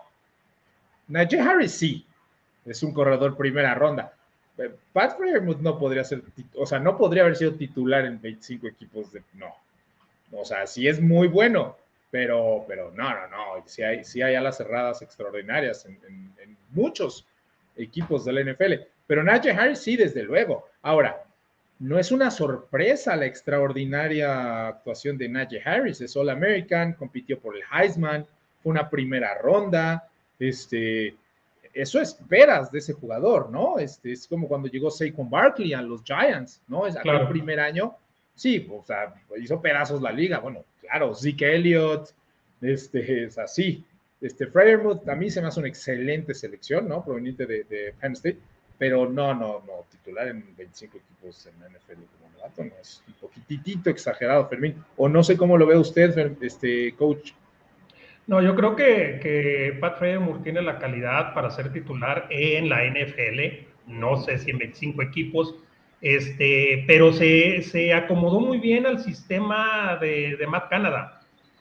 Speaker 2: Najee Harris sí, es un corredor primera ronda. Pat Freiermuth no podría ser, o sea, no podría haber sido titular en veinticinco equipos de, no. O sea, sí es muy bueno, pero, pero no, no, no. Sí hay, sí hay alas cerradas extraordinarias en, en, en muchos equipos de la N F L. Pero Najee Harris sí, desde luego. Ahora, no es una sorpresa la extraordinaria actuación de Najee Harris. Es All American, compitió por el Heisman, fue una primera ronda. Este, eso esperas de ese jugador, ¿no? Este, es como cuando llegó Saquon Barkley a los Giants, ¿no? Es aquel claro. primer año. Sí, o sea, hizo pedazos la liga. Bueno, claro, Zeke Elliott, este, es así. Este, Freiermuth a mí se me hace una excelente selección, ¿no? Proveniente de, de Penn State, pero no, no, no, titular en veinticinco equipos en la N F L como novato, no, es un poquitito exagerado, Fermín. O no sé cómo lo ve usted, este, coach.
Speaker 3: No, yo creo que, que Pat Freiermuth tiene la calidad para ser titular en la N F L, no sé si en veinticinco equipos, este, pero se, se acomodó muy bien al sistema de, de Matt Canada.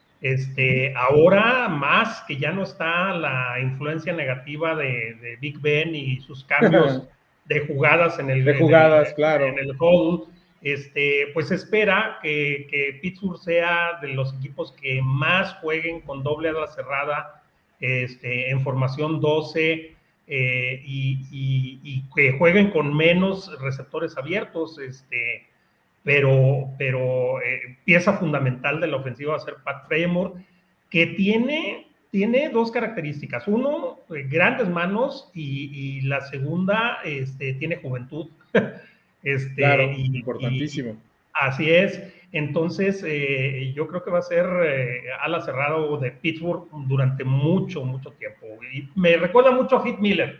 Speaker 3: Este, ahora más que ya no está la influencia negativa de, de Big Ben y sus cambios de jugadas en el,
Speaker 2: de jugadas,
Speaker 3: en el,
Speaker 2: claro.
Speaker 3: en el huddle, este, pues espera que, que Pittsburgh sea de los equipos que más jueguen con doble ala cerrada, este, en formación doce, eh, y, y, y que jueguen con menos receptores abiertos, este, pero, pero eh, pieza fundamental de la ofensiva va a ser Pat Freiermuth, que tiene, tiene dos características. Uno, eh, grandes manos, y, y la segunda, este, tiene juventud. este,
Speaker 2: claro,
Speaker 3: y,
Speaker 2: importantísimo.
Speaker 3: Y, así es. Entonces, eh, yo creo que va a ser eh, ala cerrado de Pittsburgh durante mucho, mucho tiempo. Y me recuerda mucho a Heath Miller.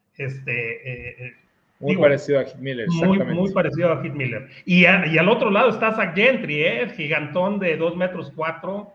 Speaker 3: Este, eh,
Speaker 2: Muy
Speaker 3: Digo,
Speaker 2: parecido a Heath Miller, exactamente.
Speaker 3: Muy, muy parecido a Heath Miller. Y, a, y al otro lado está Zach Gentry, ¿eh? Gigantón de dos metros cuatro,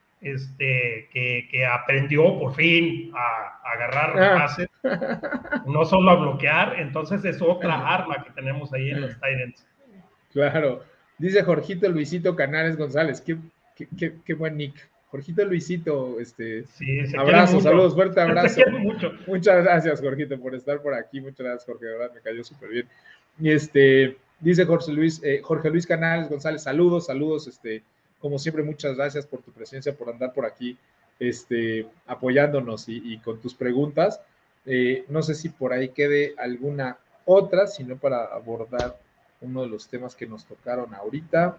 Speaker 3: este, que, que aprendió por fin a, a agarrar ah. pases, no solo a bloquear. Entonces es otra arma que tenemos ahí en los Titans.
Speaker 2: Claro. Dice Jorgito Luisito Canales González, qué, qué, qué, qué buen nick. Jorgito Luisito, este,
Speaker 3: sí, se
Speaker 2: abrazo, saludos, fuerte abrazo.
Speaker 3: Se mucho.
Speaker 2: Muchas gracias, Jorgito, por estar por aquí. Muchas gracias, Jorge, de verdad, me cayó súper bien. Y este, dice Jorge Luis, eh, Jorge Luis Canales González, saludos, saludos, este, como siempre, muchas gracias por tu presencia, por andar por aquí, este, apoyándonos y, y con tus preguntas. Eh, no sé si por ahí quede alguna otra, sino para abordar uno de los temas que nos tocaron ahorita.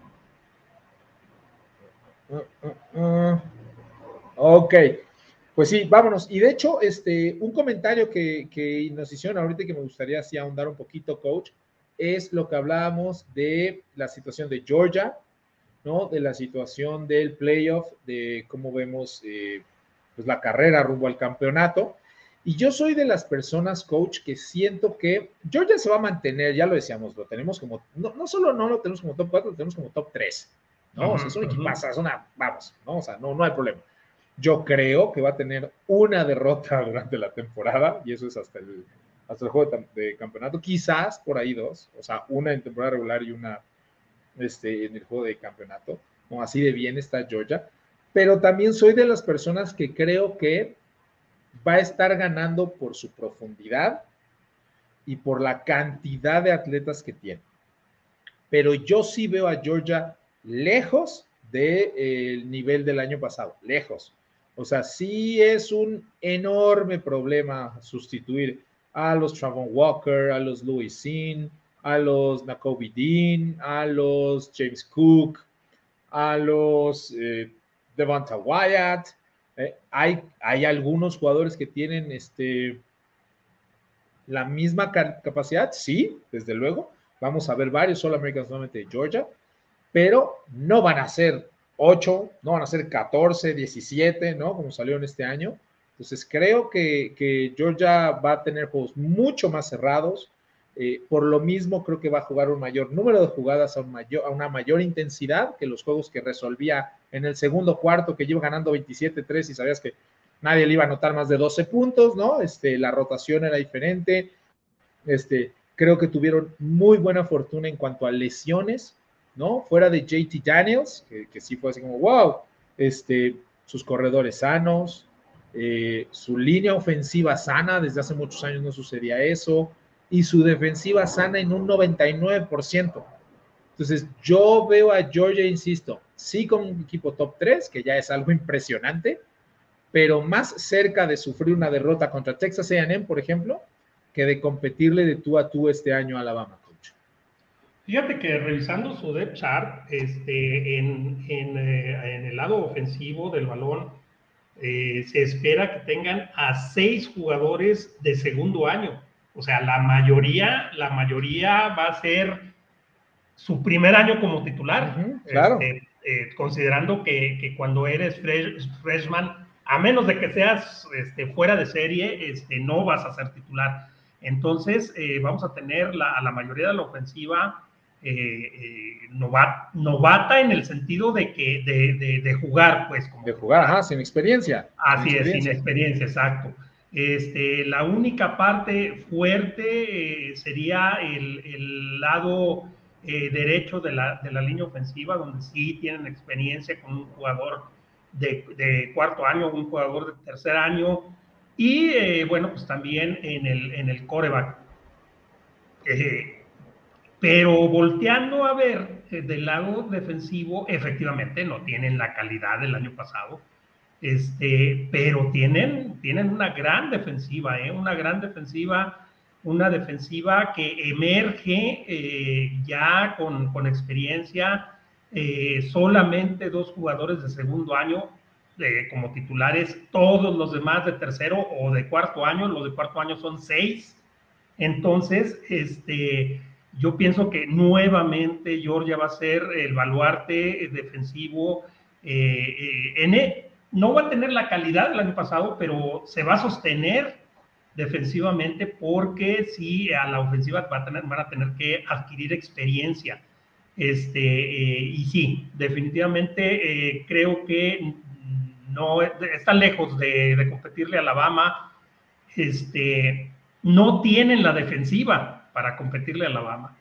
Speaker 2: Uh, uh, uh. Ok, pues sí, vámonos. Y de hecho, este, un comentario que, que nos hicieron ahorita que me gustaría así ahondar un poquito, coach, es lo que hablábamos de la situación de Georgia, ¿no? De la situación del playoff, de cómo vemos eh, pues la carrera rumbo al campeonato. Y yo soy de las personas, coach, que siento que Georgia se va a mantener, ya lo decíamos, lo tenemos como, no, no solo no lo tenemos como top cuatro, lo tenemos como top tres. ¿no? Uh-huh, o sea, es un equipazo, es una, vamos, ¿no? O sea, no, no hay problema. Yo creo que va a tener una derrota durante la temporada, y eso es hasta el, hasta el juego de, de campeonato, quizás por ahí dos, o sea, una en temporada regular y una este, en el juego de campeonato, ¿no? Así de bien está Georgia, pero también soy de las personas que creo que va a estar ganando por su profundidad y por la cantidad de atletas que tiene. Pero yo sí veo a Georgia lejos del de, eh, nivel del año pasado, lejos. O sea, sí es un enorme problema sustituir a los Travon Walker, a los Louis Sin, a los Nakobe Dean, a los James Cook, a los eh, Devonta Wyatt. Eh, hay, hay algunos jugadores que tienen este, la misma capacidad, sí, desde luego. Vamos a ver varios All-Americans nuevamente de Georgia, pero no van a ser ocho, no van a ser catorce, diecisiete, ¿no? Como salieron este año. Entonces creo que, que Georgia va a tener juegos mucho más cerrados. Eh, por lo mismo creo que va a jugar un mayor número de jugadas a, un mayor, a una mayor intensidad que los juegos que resolvía en el segundo cuarto, que iba ganando veintisiete tres y sabías que nadie le iba a anotar más de doce puntos, ¿no? Este, la rotación era diferente. Este, creo que tuvieron muy buena fortuna en cuanto a lesiones, ¿no? Fuera de J T Daniels, que, que sí fue así como, wow, este, sus corredores sanos, eh, su línea ofensiva sana, desde hace muchos años no sucedía eso, y su defensiva sana en un noventa y nueve por ciento. Entonces, yo veo a Georgia, insisto, sí con un equipo top tres, que ya es algo impresionante, pero más cerca de sufrir una derrota contra Texas A and M, por ejemplo, que de competirle de tú a tú este año a Alabama, coach.
Speaker 3: Fíjate que revisando su depth chart, este, en, en, eh, en el lado ofensivo del balón, eh, se espera que tengan a seis jugadores de segundo año. O sea, la mayoría, la mayoría va a ser su primer año como titular.
Speaker 2: Uh-huh, claro.
Speaker 3: Este, eh, considerando que, que cuando eres fresh, freshman, a menos de que seas este, fuera de serie, este, no vas a ser titular. Entonces, eh, vamos a tener la, a la mayoría de la ofensiva eh, eh, novata, novata en el sentido de que de, de, de jugar, pues. Como
Speaker 2: de jugar, ajá, sin experiencia.
Speaker 3: Así
Speaker 2: sin
Speaker 3: es,
Speaker 2: experiencia.
Speaker 3: sin experiencia, exacto. Este, la única parte fuerte eh, sería el, el lado eh, derecho de la, de la línea ofensiva, donde sí tienen experiencia con un jugador de, de cuarto año, un jugador de tercer año, y eh, bueno, pues también en el, en el quarterback. Eh, pero volteando a ver eh, del lado defensivo, efectivamente no tienen la calidad del año pasado. Este, pero tienen, tienen una gran defensiva, ¿eh? una gran defensiva, una defensiva que emerge eh, ya con, con experiencia, eh, solamente dos jugadores de segundo año eh, como titulares, todos los demás de tercero o de cuarto año, los de cuarto año son seis. Entonces, este, yo pienso que nuevamente Georgia va a ser el baluarte defensivo eh, eh, en el, no va a tener la calidad del año pasado, pero se va a sostener defensivamente porque sí, a la ofensiva va a tener, van a tener que adquirir experiencia. Este, eh, y sí, definitivamente eh, creo que no está lejos de, de competirle a Alabama. Este, no tienen la defensiva para competirle a Alabama.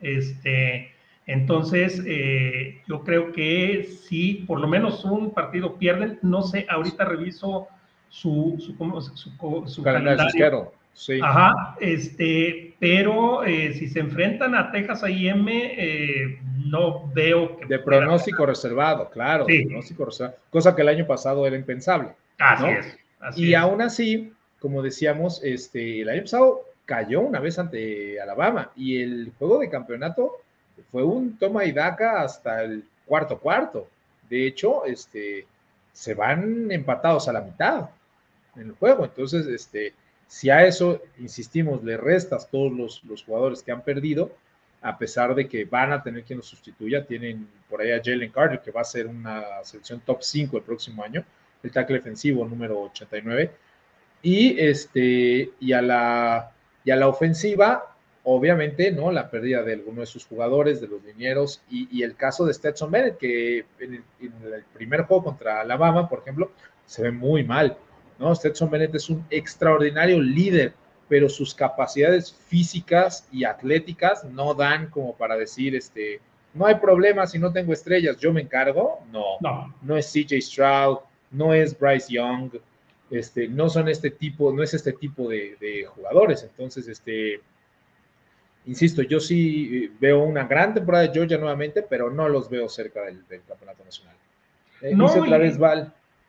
Speaker 3: Este, entonces, eh, yo creo que sí, por lo menos un partido pierden. No sé, ahorita reviso su, su, su, su, su calendario.
Speaker 2: calendario. Sí.
Speaker 3: Ajá, este, pero eh, si se enfrentan a Texas A and M, eh, no veo que...
Speaker 2: De pronóstico reservado, claro,
Speaker 3: sí.
Speaker 2: de pronóstico reservado, cosa que el año pasado era impensable.
Speaker 3: Así
Speaker 2: ¿no?
Speaker 3: es. Así
Speaker 2: y
Speaker 3: es.
Speaker 2: aún así, como decíamos, este, el año pasado cayó una vez ante Alabama y el juego de campeonato fue un toma y daca hasta el cuarto cuarto. De hecho, este, se van empatados a la mitad en el juego. Entonces, este, si a eso, insistimos, le restas todos los, los jugadores que han perdido, a pesar de que van a tener quien los sustituya, tienen por ahí a Jalen Carter, que va a ser una selección top cinco el próximo año, el tackle defensivo número ochenta y nueve, y, este, y, a la, y a la ofensiva, obviamente, ¿no? La pérdida de alguno de sus jugadores, de los linieros, y, y el caso de Stetson Bennett, que en el, en el primer juego contra Alabama, por ejemplo, se ve muy mal, ¿no? Stetson Bennett es un extraordinario líder, pero sus capacidades físicas y atléticas no dan como para decir, este, no hay problema si no tengo estrellas, yo me encargo. No,
Speaker 3: no,
Speaker 2: no es C J Stroud, no es Bryce Young, este, no son este tipo, no es este tipo de, de jugadores. Entonces, este, insisto, yo sí veo una gran temporada de Georgia nuevamente, pero no los veo cerca del, del campeonato nacional. Eh,
Speaker 3: no,
Speaker 2: dice otra
Speaker 3: y,
Speaker 2: vez Val.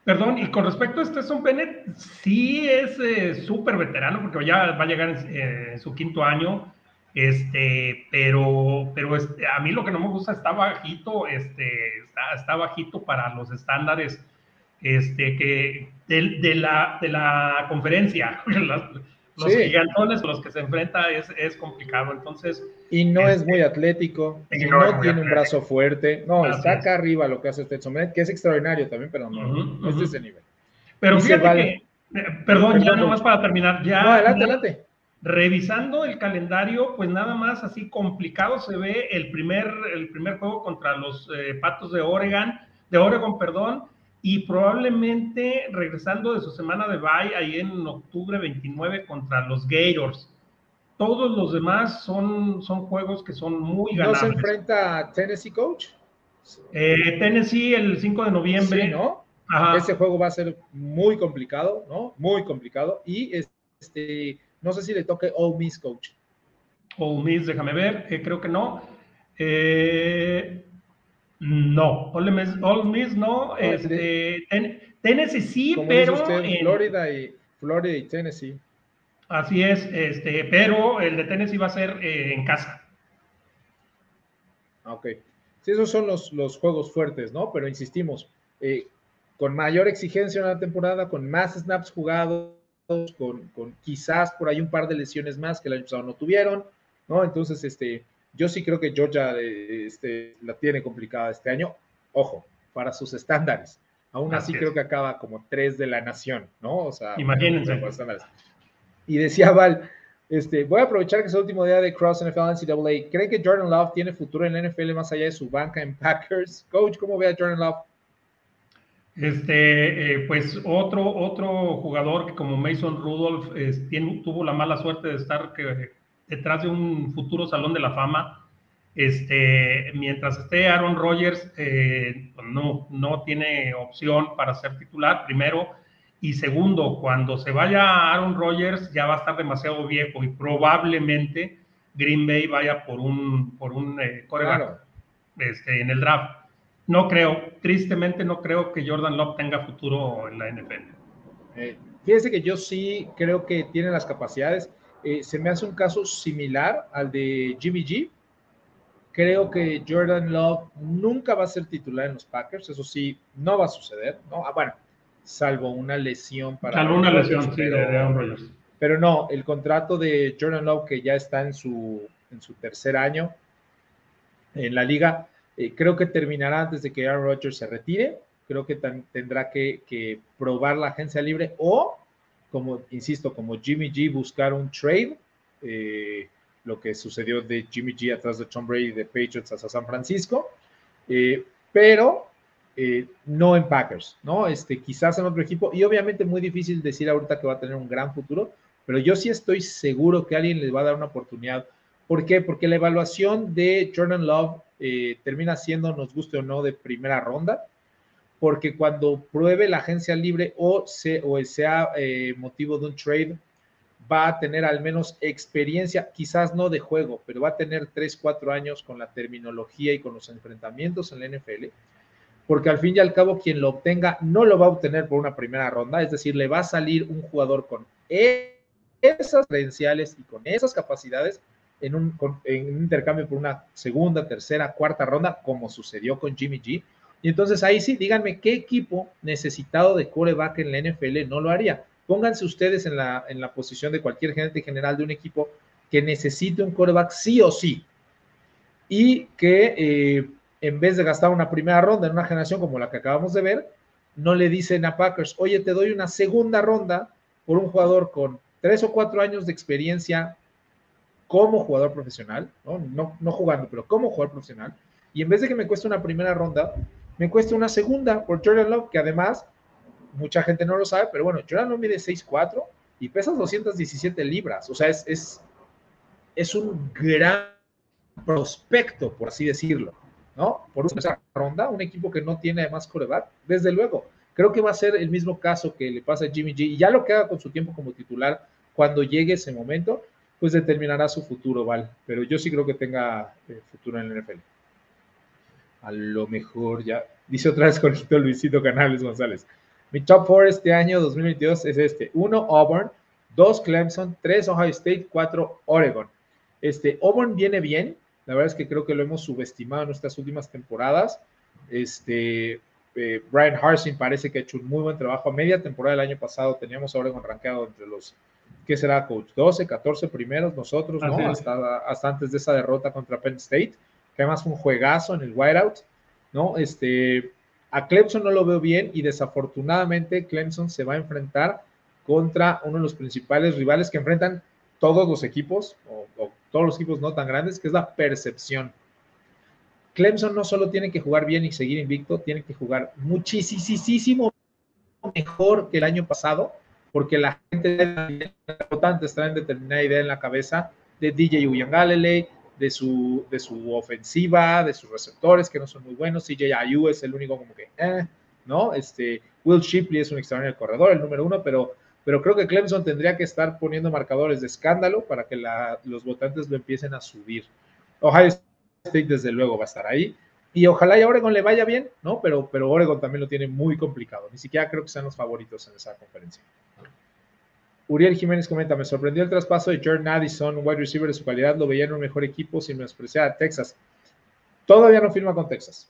Speaker 3: Perdón, y con respecto a Stetson Bennett, sí es eh, súper veterano, porque ya va a llegar en, eh, en su quinto año, este, pero, pero este, a mí lo que no me gusta está bajito, este, está, está bajito para los estándares este, que de, de, la, de la conferencia. Los, los
Speaker 2: Sí.
Speaker 3: gigantones a los que se enfrenta es, es complicado, entonces...
Speaker 2: Y no
Speaker 3: este,
Speaker 2: es muy atlético,
Speaker 3: y
Speaker 2: no,
Speaker 3: no, es
Speaker 2: no
Speaker 3: muy
Speaker 2: tiene un
Speaker 3: atlético.
Speaker 2: brazo fuerte. No,
Speaker 3: Así
Speaker 2: está
Speaker 3: es.
Speaker 2: acá arriba lo que hace Stetson Bennett, que es extraordinario también, pero no,
Speaker 3: Uh-huh,
Speaker 2: no es de ese
Speaker 3: uh-huh.
Speaker 2: nivel.
Speaker 3: Pero
Speaker 2: Dice
Speaker 3: fíjate que,
Speaker 2: Val,
Speaker 3: eh, perdón,
Speaker 2: perdón,
Speaker 3: ya nomás
Speaker 2: coach.
Speaker 3: para terminar, ya,
Speaker 2: No, adelante,
Speaker 3: nada,
Speaker 2: adelante.
Speaker 3: revisando el calendario, pues nada más así complicado se ve el primer, el primer juego contra los eh, Patos de Oregon, de Oregon, perdón, y probablemente regresando de su semana de bye ahí en octubre veintinueve contra los Gators. Todos los demás son, son juegos que son muy
Speaker 2: ¿No se
Speaker 3: ganables.
Speaker 2: enfrenta a Tennessee, coach?
Speaker 3: Eh, Tennessee el cinco de noviembre.
Speaker 2: Sí, ¿no?
Speaker 3: Ajá.
Speaker 2: Ese juego va a ser muy complicado, ¿no? Muy complicado. Y este, no sé si le toque Ole Miss, coach.
Speaker 3: Ole Miss, déjame ver, eh, creo que no. Eh, no, Ole Miss, Ole Miss no.
Speaker 2: No,
Speaker 3: Este, ten, Tennessee sí,
Speaker 2: como dice
Speaker 3: pero
Speaker 2: usted,
Speaker 3: en,
Speaker 2: Florida y Florida y Tennessee.
Speaker 3: así es, este, pero el de Tennessee va a ser eh, en casa.
Speaker 2: Ok. Sí, esos son los, los juegos fuertes, ¿no? Pero insistimos, eh, con mayor exigencia en la temporada, con más snaps jugados, con, con quizás por ahí un par de lesiones más que el año pasado no tuvieron, ¿no? Entonces, este, yo sí creo que Georgia eh, este, la tiene complicada este año. Ojo, para sus estándares. Aún así,
Speaker 3: Así
Speaker 2: creo
Speaker 3: es.
Speaker 2: que acaba como tres de la nación, ¿no? O sea,
Speaker 3: Imagínense.
Speaker 2: pero, pero estándares. Y decía Val, este, voy a aprovechar que es el último día de Cross N F L N C A A. ¿Creen que Jordan Love tiene futuro en la N F L más allá de su banca en Packers? Coach, ¿cómo ve a Jordan Love?
Speaker 3: Este, eh, pues otro, otro jugador que como Mason Rudolph eh, tiene, tuvo la mala suerte de estar que, detrás de un futuro Salón de la Fama. Este, mientras esté Aaron Rodgers, eh, no, no tiene opción para ser titular, primero, y segundo, cuando se vaya Aaron Rodgers ya va a estar demasiado viejo y probablemente Green Bay vaya por un, por un eh, quarterback
Speaker 2: Claro.
Speaker 3: este, en el draft. No creo, tristemente no creo que Jordan Love tenga futuro en la N F L.
Speaker 2: Eh, fíjese que yo sí creo que tiene las capacidades. Eh, se me hace un caso similar al de Jimmy G. Creo que Jordan Love nunca va a ser titular en los Packers, eso sí, no va a suceder, ¿no? Ah, bueno, salvo una lesión para
Speaker 3: Salvo
Speaker 2: Aaron
Speaker 3: una
Speaker 2: Rodgers,
Speaker 3: lesión, sí,
Speaker 2: pero,
Speaker 3: de, de Aaron Rodgers.
Speaker 2: Pero no, el contrato de Jordan Love, que ya está en su, en su tercer año en la liga, eh, creo que terminará antes de que Aaron Rodgers se retire. Creo que tan, tendrá que, que probar la agencia libre o, como insisto, como Jimmy G, buscar un trade. Eh, lo que sucedió de Jimmy G atrás de Tom Brady de Patriots hasta San Francisco, eh, pero eh, no en Packers, ¿no? Este, quizás en otro equipo, y obviamente muy difícil decir ahorita que va a tener un gran futuro, pero yo sí estoy seguro que alguien le va a dar una oportunidad. ¿Por qué? Porque la evaluación de Jordan Love eh, termina siendo, nos guste o no, de primera ronda, porque cuando pruebe la agencia libre o, se, o sea eh, motivo de un trade, va a tener al menos experiencia, quizás no de juego, pero va a tener tres, cuatro años con la terminología y con los enfrentamientos en la N F L, porque al fin y al cabo quien lo obtenga no lo va a obtener por una primera ronda, es decir, le va a salir un jugador con esas credenciales y con esas capacidades en un, con, en un intercambio por una segunda, tercera, cuarta ronda, como sucedió con Jimmy G. Y entonces ahí sí, díganme, ¿qué equipo necesitado de quarterback en la N F L no lo haría? Pónganse ustedes en la, en la posición de cualquier gerente general de un equipo que necesite un quarterback sí o sí, y que eh, en vez de gastar una primera ronda en una generación como la que acabamos de ver, no le dicen a Packers, oye, te doy una segunda ronda por un jugador con tres o cuatro años de experiencia como jugador profesional, ¿no? No, no jugando, pero como jugador profesional, y en vez de que me cueste una primera ronda, me cueste una segunda por Jordan Love, que además mucha gente no lo sabe, pero bueno, Jordan Love mide seis cuatro y pesa doscientas diecisiete libras, o sea, es, es, es un gran prospecto, por así decirlo, ¿no? Por una ronda, un equipo que no tiene además quarterback, desde luego, creo que va a ser el mismo caso que le pasa a Jimmy G, y ya lo que haga con su tiempo como titular, cuando llegue ese momento, pues determinará su futuro, ¿vale? Pero yo sí creo que tenga eh, futuro en el N F L. A lo mejor ya, dice otra vez Jorgito Luisito Canales González, Mi top cuatro este año dos mil veintidós es este. uno, Auburn. dos, Clemson. tres, Ohio State. cuatro, Oregon. Este, Auburn viene bien. La verdad es que creo que lo hemos subestimado en nuestras últimas temporadas. Este, eh, Brian Harsin parece que ha hecho un muy buen trabajo. A media temporada del año pasado teníamos a Oregon rankeado entre los, ¿qué será, coach? doce, catorce primeros nosotros, ¿no? Hasta, hasta antes de esa derrota contra Penn State, que además fue un juegazo en el whiteout, ¿no? Este... A Clemson no lo veo bien y desafortunadamente Clemson se va a enfrentar contra uno de los principales rivales que enfrentan todos los equipos, o, o todos los equipos no tan grandes, que es la percepción. Clemson no solo tiene que jugar bien y seguir invicto, tiene que jugar muchísimo mejor que el año pasado, porque la gente votantes traen determinada idea en la cabeza de D J Uiagalelei, de su, de su ofensiva, de sus receptores que no son muy buenos. C J Ayu es el único como que, eh, ¿no? Este, Will Shipley es un extraordinario corredor, el número uno, pero, pero creo que Clemson tendría que estar poniendo marcadores de escándalo para que la, los votantes lo empiecen a subir. Ohio State desde luego va a estar ahí, y ojalá y a Oregon le vaya bien, ¿no? Pero, pero Oregon también lo tiene muy complicado, ni siquiera creo que sean los favoritos en esa conferencia. Uriel Jiménez comenta, me sorprendió el traspaso de Jordan Addison, wide receiver de su calidad, lo veía en un mejor equipo sin menospreciar a Texas. Todavía no firma con Texas.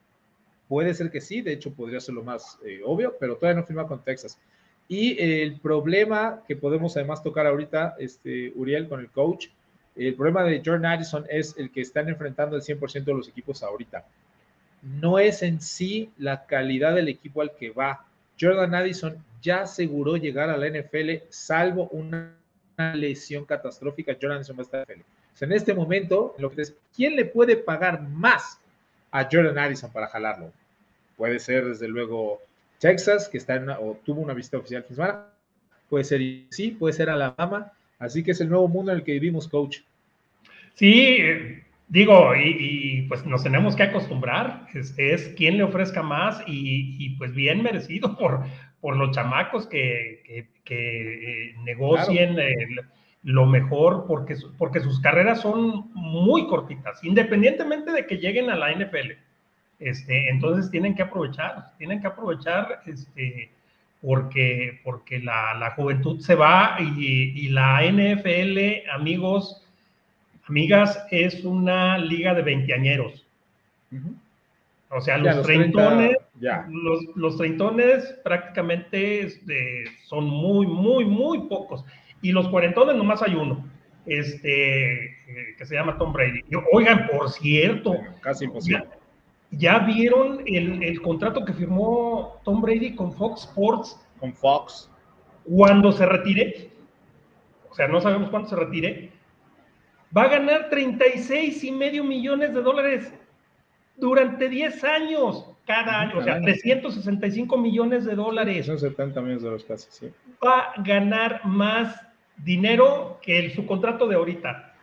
Speaker 2: Puede ser que sí, de hecho podría ser lo más eh, obvio, pero todavía no firma con Texas. Y eh, el problema que podemos además tocar ahorita, este, Uriel, con el coach, el problema de Jordan Addison es el que están enfrentando el cien por ciento de los equipos ahorita. No es en sí la calidad del equipo al que va. Jordan Addison ya aseguró llegar a la N F L, salvo una lesión catastrófica. Jordan Addison va a estar en la N F L. O sea, en este momento, lo que es, ¿quién le puede pagar más a Jordan Addison para jalarlo? Puede ser, desde luego, Texas, que está en una, o tuvo una visita oficial fin de semana. Puede ser, sí, puede ser Alabama. Así que es el nuevo mundo en el que vivimos, coach.
Speaker 3: Sí, eh, digo, y, y pues nos tenemos que acostumbrar. Es, es quien le ofrezca más y, y pues bien merecido por, por los chamacos que, que, que eh, negocien claro. eh, lo mejor, porque, porque sus carreras son muy cortitas, independientemente de que lleguen a la N F L. Este, entonces tienen que aprovechar, tienen que aprovechar, este, porque, porque la, la juventud se va y, y la N F L, amigos, amigas, es una liga de veinteañeros. Uh-huh. O sea, los, ya, los treintones, treinta, los, los treintones prácticamente este, son muy, muy, muy pocos. Y los cuarentones nomás hay uno, este, eh, que se llama Tom Brady. Yo, oigan, por cierto,
Speaker 2: bueno, casi imposible.
Speaker 3: ¿Ya, ya vieron el, el contrato que firmó Tom Brady con Fox Sports?
Speaker 2: Con Fox.
Speaker 3: Cuando se retire, o sea, no sabemos cuándo se retire, va a ganar treinta y seis y medio millones de dólares durante diez años, cada año, o sea, trescientos sesenta y cinco millones de dólares.
Speaker 2: Son setenta millones de dólares casi, sí.
Speaker 3: Va a ganar más dinero que el, su contrato de ahorita.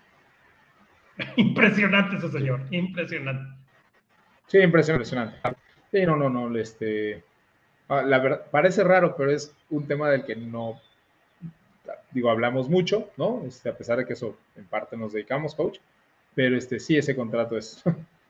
Speaker 3: Impresionante ese señor, impresionante.
Speaker 2: Sí, impresionante. Sí, no, no, no, este, la verdad, parece raro, pero es un tema del que no, digo, hablamos mucho, ¿no? Este, a pesar de que eso en parte nos dedicamos, coach, pero este, sí, ese contrato es,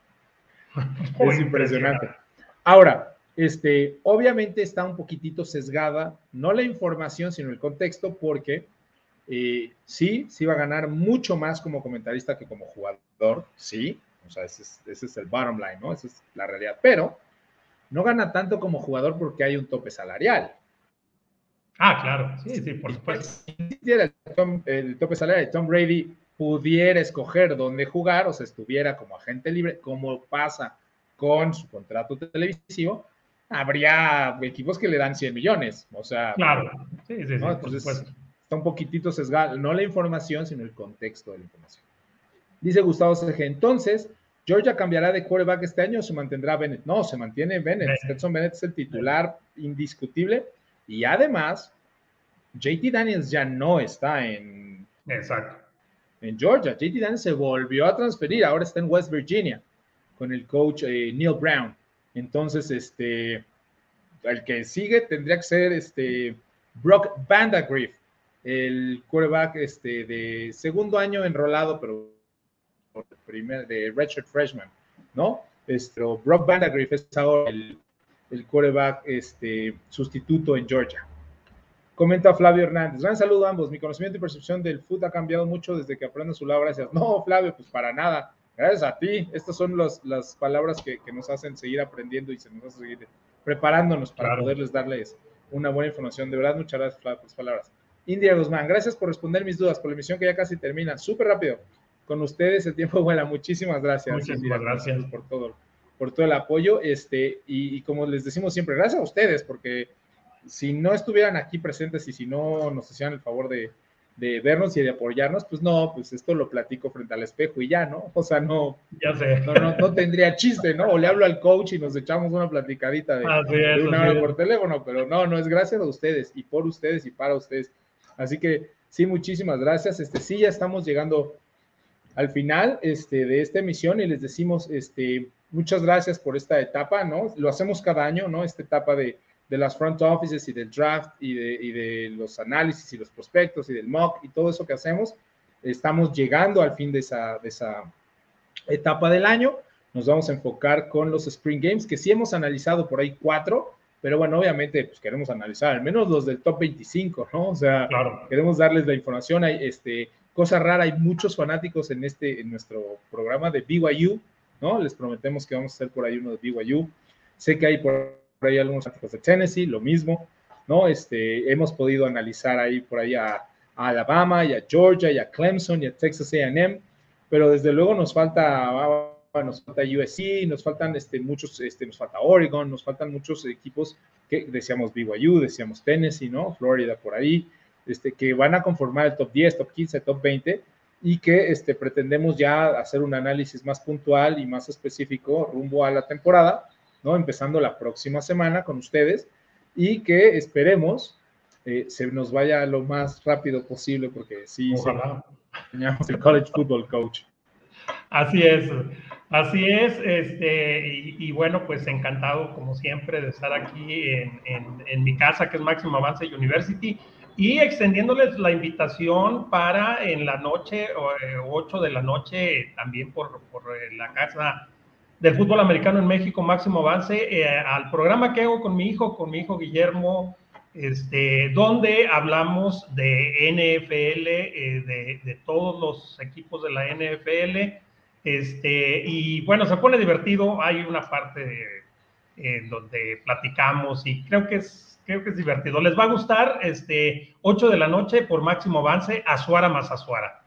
Speaker 2: es impresionante. Ahora, este, obviamente está un poquitito sesgada, no la información, sino el contexto, porque eh, sí, sí va a ganar mucho más como comentarista que como jugador, sí, o sea, ese es, ese es el bottom line, ¿no? Esa es la realidad, pero no gana tanto como jugador porque hay un tope salarial.
Speaker 3: Ah, claro, sí, sí, por supuesto.
Speaker 2: Si existiera el, Tom, el tope salarial de Tom Brady, pudiera escoger dónde jugar, o sea, estuviera como agente libre, como pasa con su contrato televisivo, habría equipos que le dan cien millones, o sea.
Speaker 3: Claro, sí, sí,
Speaker 2: ¿no?
Speaker 3: sí,
Speaker 2: Entonces,
Speaker 3: por supuesto.
Speaker 2: Está un poquitito sesgado, no la información, sino el contexto de la información. Dice Gustavo C G, entonces, ¿Georgia cambiará de quarterback este año o se mantendrá Bennett? No, se mantiene Bennett. Stetson Bennett es el titular indiscutible. Y además, J T Daniels ya no está en,
Speaker 3: Exacto.
Speaker 2: en Georgia. J T Daniels se volvió a transferir, ahora está en West Virginia con el coach eh, Neil Brown. Entonces, este, el que sigue tendría que ser este, Brock Vandagriff, el quarterback este, de segundo año enrolado, pero primer, de redshirt freshman, ¿no? Este, Brock Vandagriff es ahora el, el quarterback este, sustituto en Georgia. Comenta Flavio Hernández. Gran saludo a ambos. Mi conocimiento y percepción del fútbol ha cambiado mucho desde que aprendo su lado. Gracias. No, Flavio, pues para nada. Gracias a ti. Estas son los, las palabras que, que nos hacen seguir aprendiendo y se nos hacen seguir preparándonos para claro. poderles darles una buena información. De verdad, muchas gracias, Flavio, por las palabras. India Guzmán, gracias por responder mis dudas, por la emisión que ya casi termina. Súper rápido. Con ustedes el tiempo vuela. Muchísimas gracias.
Speaker 3: Muchísimas
Speaker 2: Indira,
Speaker 3: gracias
Speaker 2: por todo, por todo el apoyo. Este, y, y como les decimos siempre, gracias a ustedes, porque si no estuvieran aquí presentes y si no nos hacían el favor de, de vernos y de apoyarnos, pues no, pues esto lo platico frente al espejo y ya, ¿no? O sea, no,
Speaker 3: ya sé.
Speaker 2: no, no, no tendría chiste, ¿no? O le hablo al coach y nos echamos una platicadita de, es, de una hora es. por teléfono, pero no, no, es gracias a ustedes y por ustedes y para ustedes. Así que sí, muchísimas gracias. Este, sí, ya estamos llegando al final este, de esta emisión y les decimos este, muchas gracias por esta etapa, ¿no? Lo hacemos cada año, ¿no? Esta etapa de de las front offices y del draft y de, y de los análisis y los prospectos y del mock y todo eso que hacemos, estamos llegando al fin de esa, de esa etapa del año. Nos vamos a enfocar con los Spring Games, que sí hemos analizado por ahí cuatro, pero bueno, obviamente pues queremos analizar al menos los del top veinticinco, ¿no? O sea, claro. queremos darles la información. Hay este, cosa rara, hay muchos fanáticos en, este, en nuestro programa de B Y U, ¿no? Les prometemos que vamos a hacer por ahí uno de B Y U. Sé que hay por por ahí algunos fanáticos de Tennessee, lo mismo, ¿no? Este, hemos podido analizar ahí por ahí a, a Alabama y a Georgia y a Clemson y a Texas A and M, pero desde luego nos falta, nos falta U S C, nos faltan este, muchos, este, nos falta Oregon, nos faltan muchos equipos que decíamos B Y U, decíamos Tennessee, ¿no? Florida por ahí, este, que van a conformar el top diez, top quince, top veinte, y que este, pretendemos ya hacer un análisis más puntual y más específico rumbo a la temporada, ¿no? Empezando la próxima semana con ustedes y que esperemos eh, se nos vaya lo más rápido posible porque sí, teníamos el college football coach.
Speaker 3: Así es, así es, este, y, y bueno, pues encantado como siempre de estar aquí en, en, en mi casa que es Máximo Avance University y extendiéndoles la invitación para en la noche, ocho de la noche, también por, por la casa del fútbol americano en México, Máximo Avance, eh, al programa que hago con mi hijo, con mi hijo Guillermo, este, donde hablamos de N F L, eh, de, de todos los equipos de la N F L, este, y bueno, se pone divertido, hay una parte de, eh, donde platicamos y creo que es, creo que es divertido. Les va a gustar, este, ocho de la noche por Máximo Avance, Azuara más Azuara.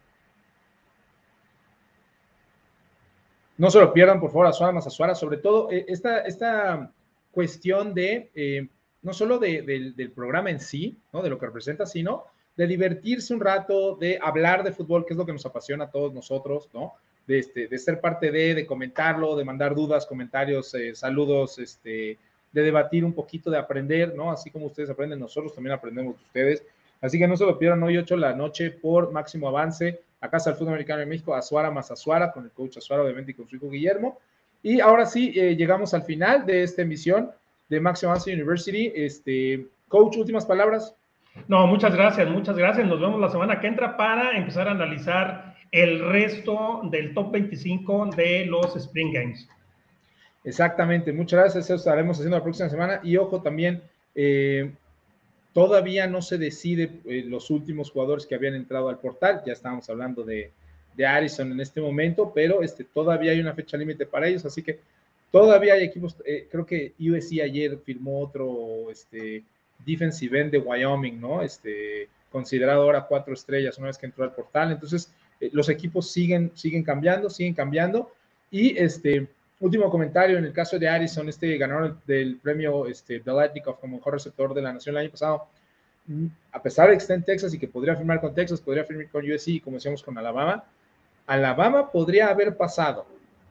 Speaker 2: No se lo pierdan, por favor, Azuara más Azuara, sobre todo eh, esta, esta cuestión de, eh, no solo de, de, del programa en sí, ¿no? De lo que representa, sino de divertirse un rato, de hablar de fútbol, que es lo que nos apasiona a todos nosotros, ¿no? De, este, de ser parte de, de comentarlo, de mandar dudas, comentarios, eh, saludos, este, de debatir un poquito, de aprender, ¿no? Así como ustedes aprenden, nosotros también aprendemos de ustedes. Así que no se lo pierdan hoy ocho de la noche por Máximo Avance, a Casa del Fútbol Americano en México, Azuara más Azuara, con el coach Azuara, obviamente, y con su hijo Guillermo. Y ahora sí, eh, llegamos al final de esta emisión de Máximo Avance University. Este, coach, últimas palabras.
Speaker 3: No, muchas gracias, muchas gracias. Nos vemos la semana que entra para empezar a analizar el resto del top veinticinco de los Spring Games.
Speaker 2: Exactamente, muchas gracias. Eso estaremos haciendo la próxima semana. Y ojo también, eh, todavía no se decide eh, los últimos jugadores que habían entrado al portal. Ya estábamos hablando de, de Addison en este momento, pero este, todavía hay una fecha límite para ellos, así que todavía hay equipos. Eh, creo que U S C ayer firmó otro este, defensive end de Wyoming, ¿no? Este, considerado ahora cuatro estrellas una vez que entró al portal. Entonces, eh, los equipos siguen, siguen cambiando, siguen cambiando. Y este último comentario, en el caso de Addison, este ganador del premio este, Biletnikoff como mejor receptor de la nación el año pasado, a pesar de que está en Texas y que podría firmar con Texas, podría firmar con U S C, como decíamos con Alabama, Alabama podría haber pasado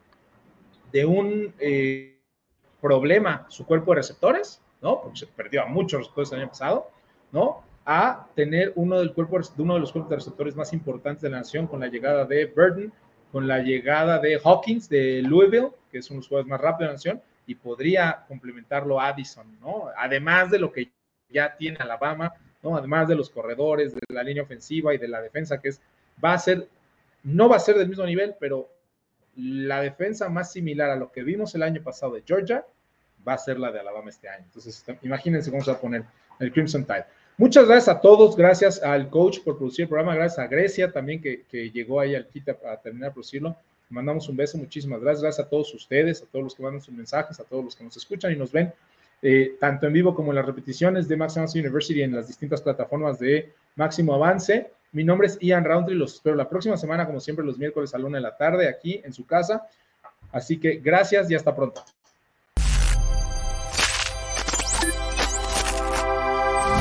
Speaker 2: de un eh, problema su cuerpo de receptores, ¿no? Porque se perdió a muchos receptores el año pasado, ¿no? A tener uno, del cuerpo, uno de los cuerpos de receptores más importantes de la nación con la llegada de Burton, con la llegada de Hawkins de Louisville, que es uno de los jugadores más rápidos de la nación, y podría complementarlo Addison, ¿no? Además de lo que ya tiene Alabama, ¿no? Además de los corredores, de la línea ofensiva y de la defensa, que es, va a ser, no va a ser del mismo nivel, pero la defensa más similar a lo que vimos el año pasado de Georgia, va a ser la de Alabama este año. Entonces, imagínense cómo se va a poner el Crimson Tide. Muchas gracias a todos, gracias al coach por producir el programa, gracias a Grecia también que, que llegó ahí al kit a, a terminar de producirlo. Mandamos un beso, muchísimas gracias, gracias a todos ustedes, a todos los que mandan sus mensajes, a todos los que nos escuchan y nos ven, eh, tanto en vivo como en las repeticiones de Máximo Avance University en las distintas plataformas de Máximo Avance. Mi nombre es Ian Roundtree, los espero la próxima semana, como siempre, los miércoles a la una de la tarde, aquí en su casa. Así que gracias y hasta pronto.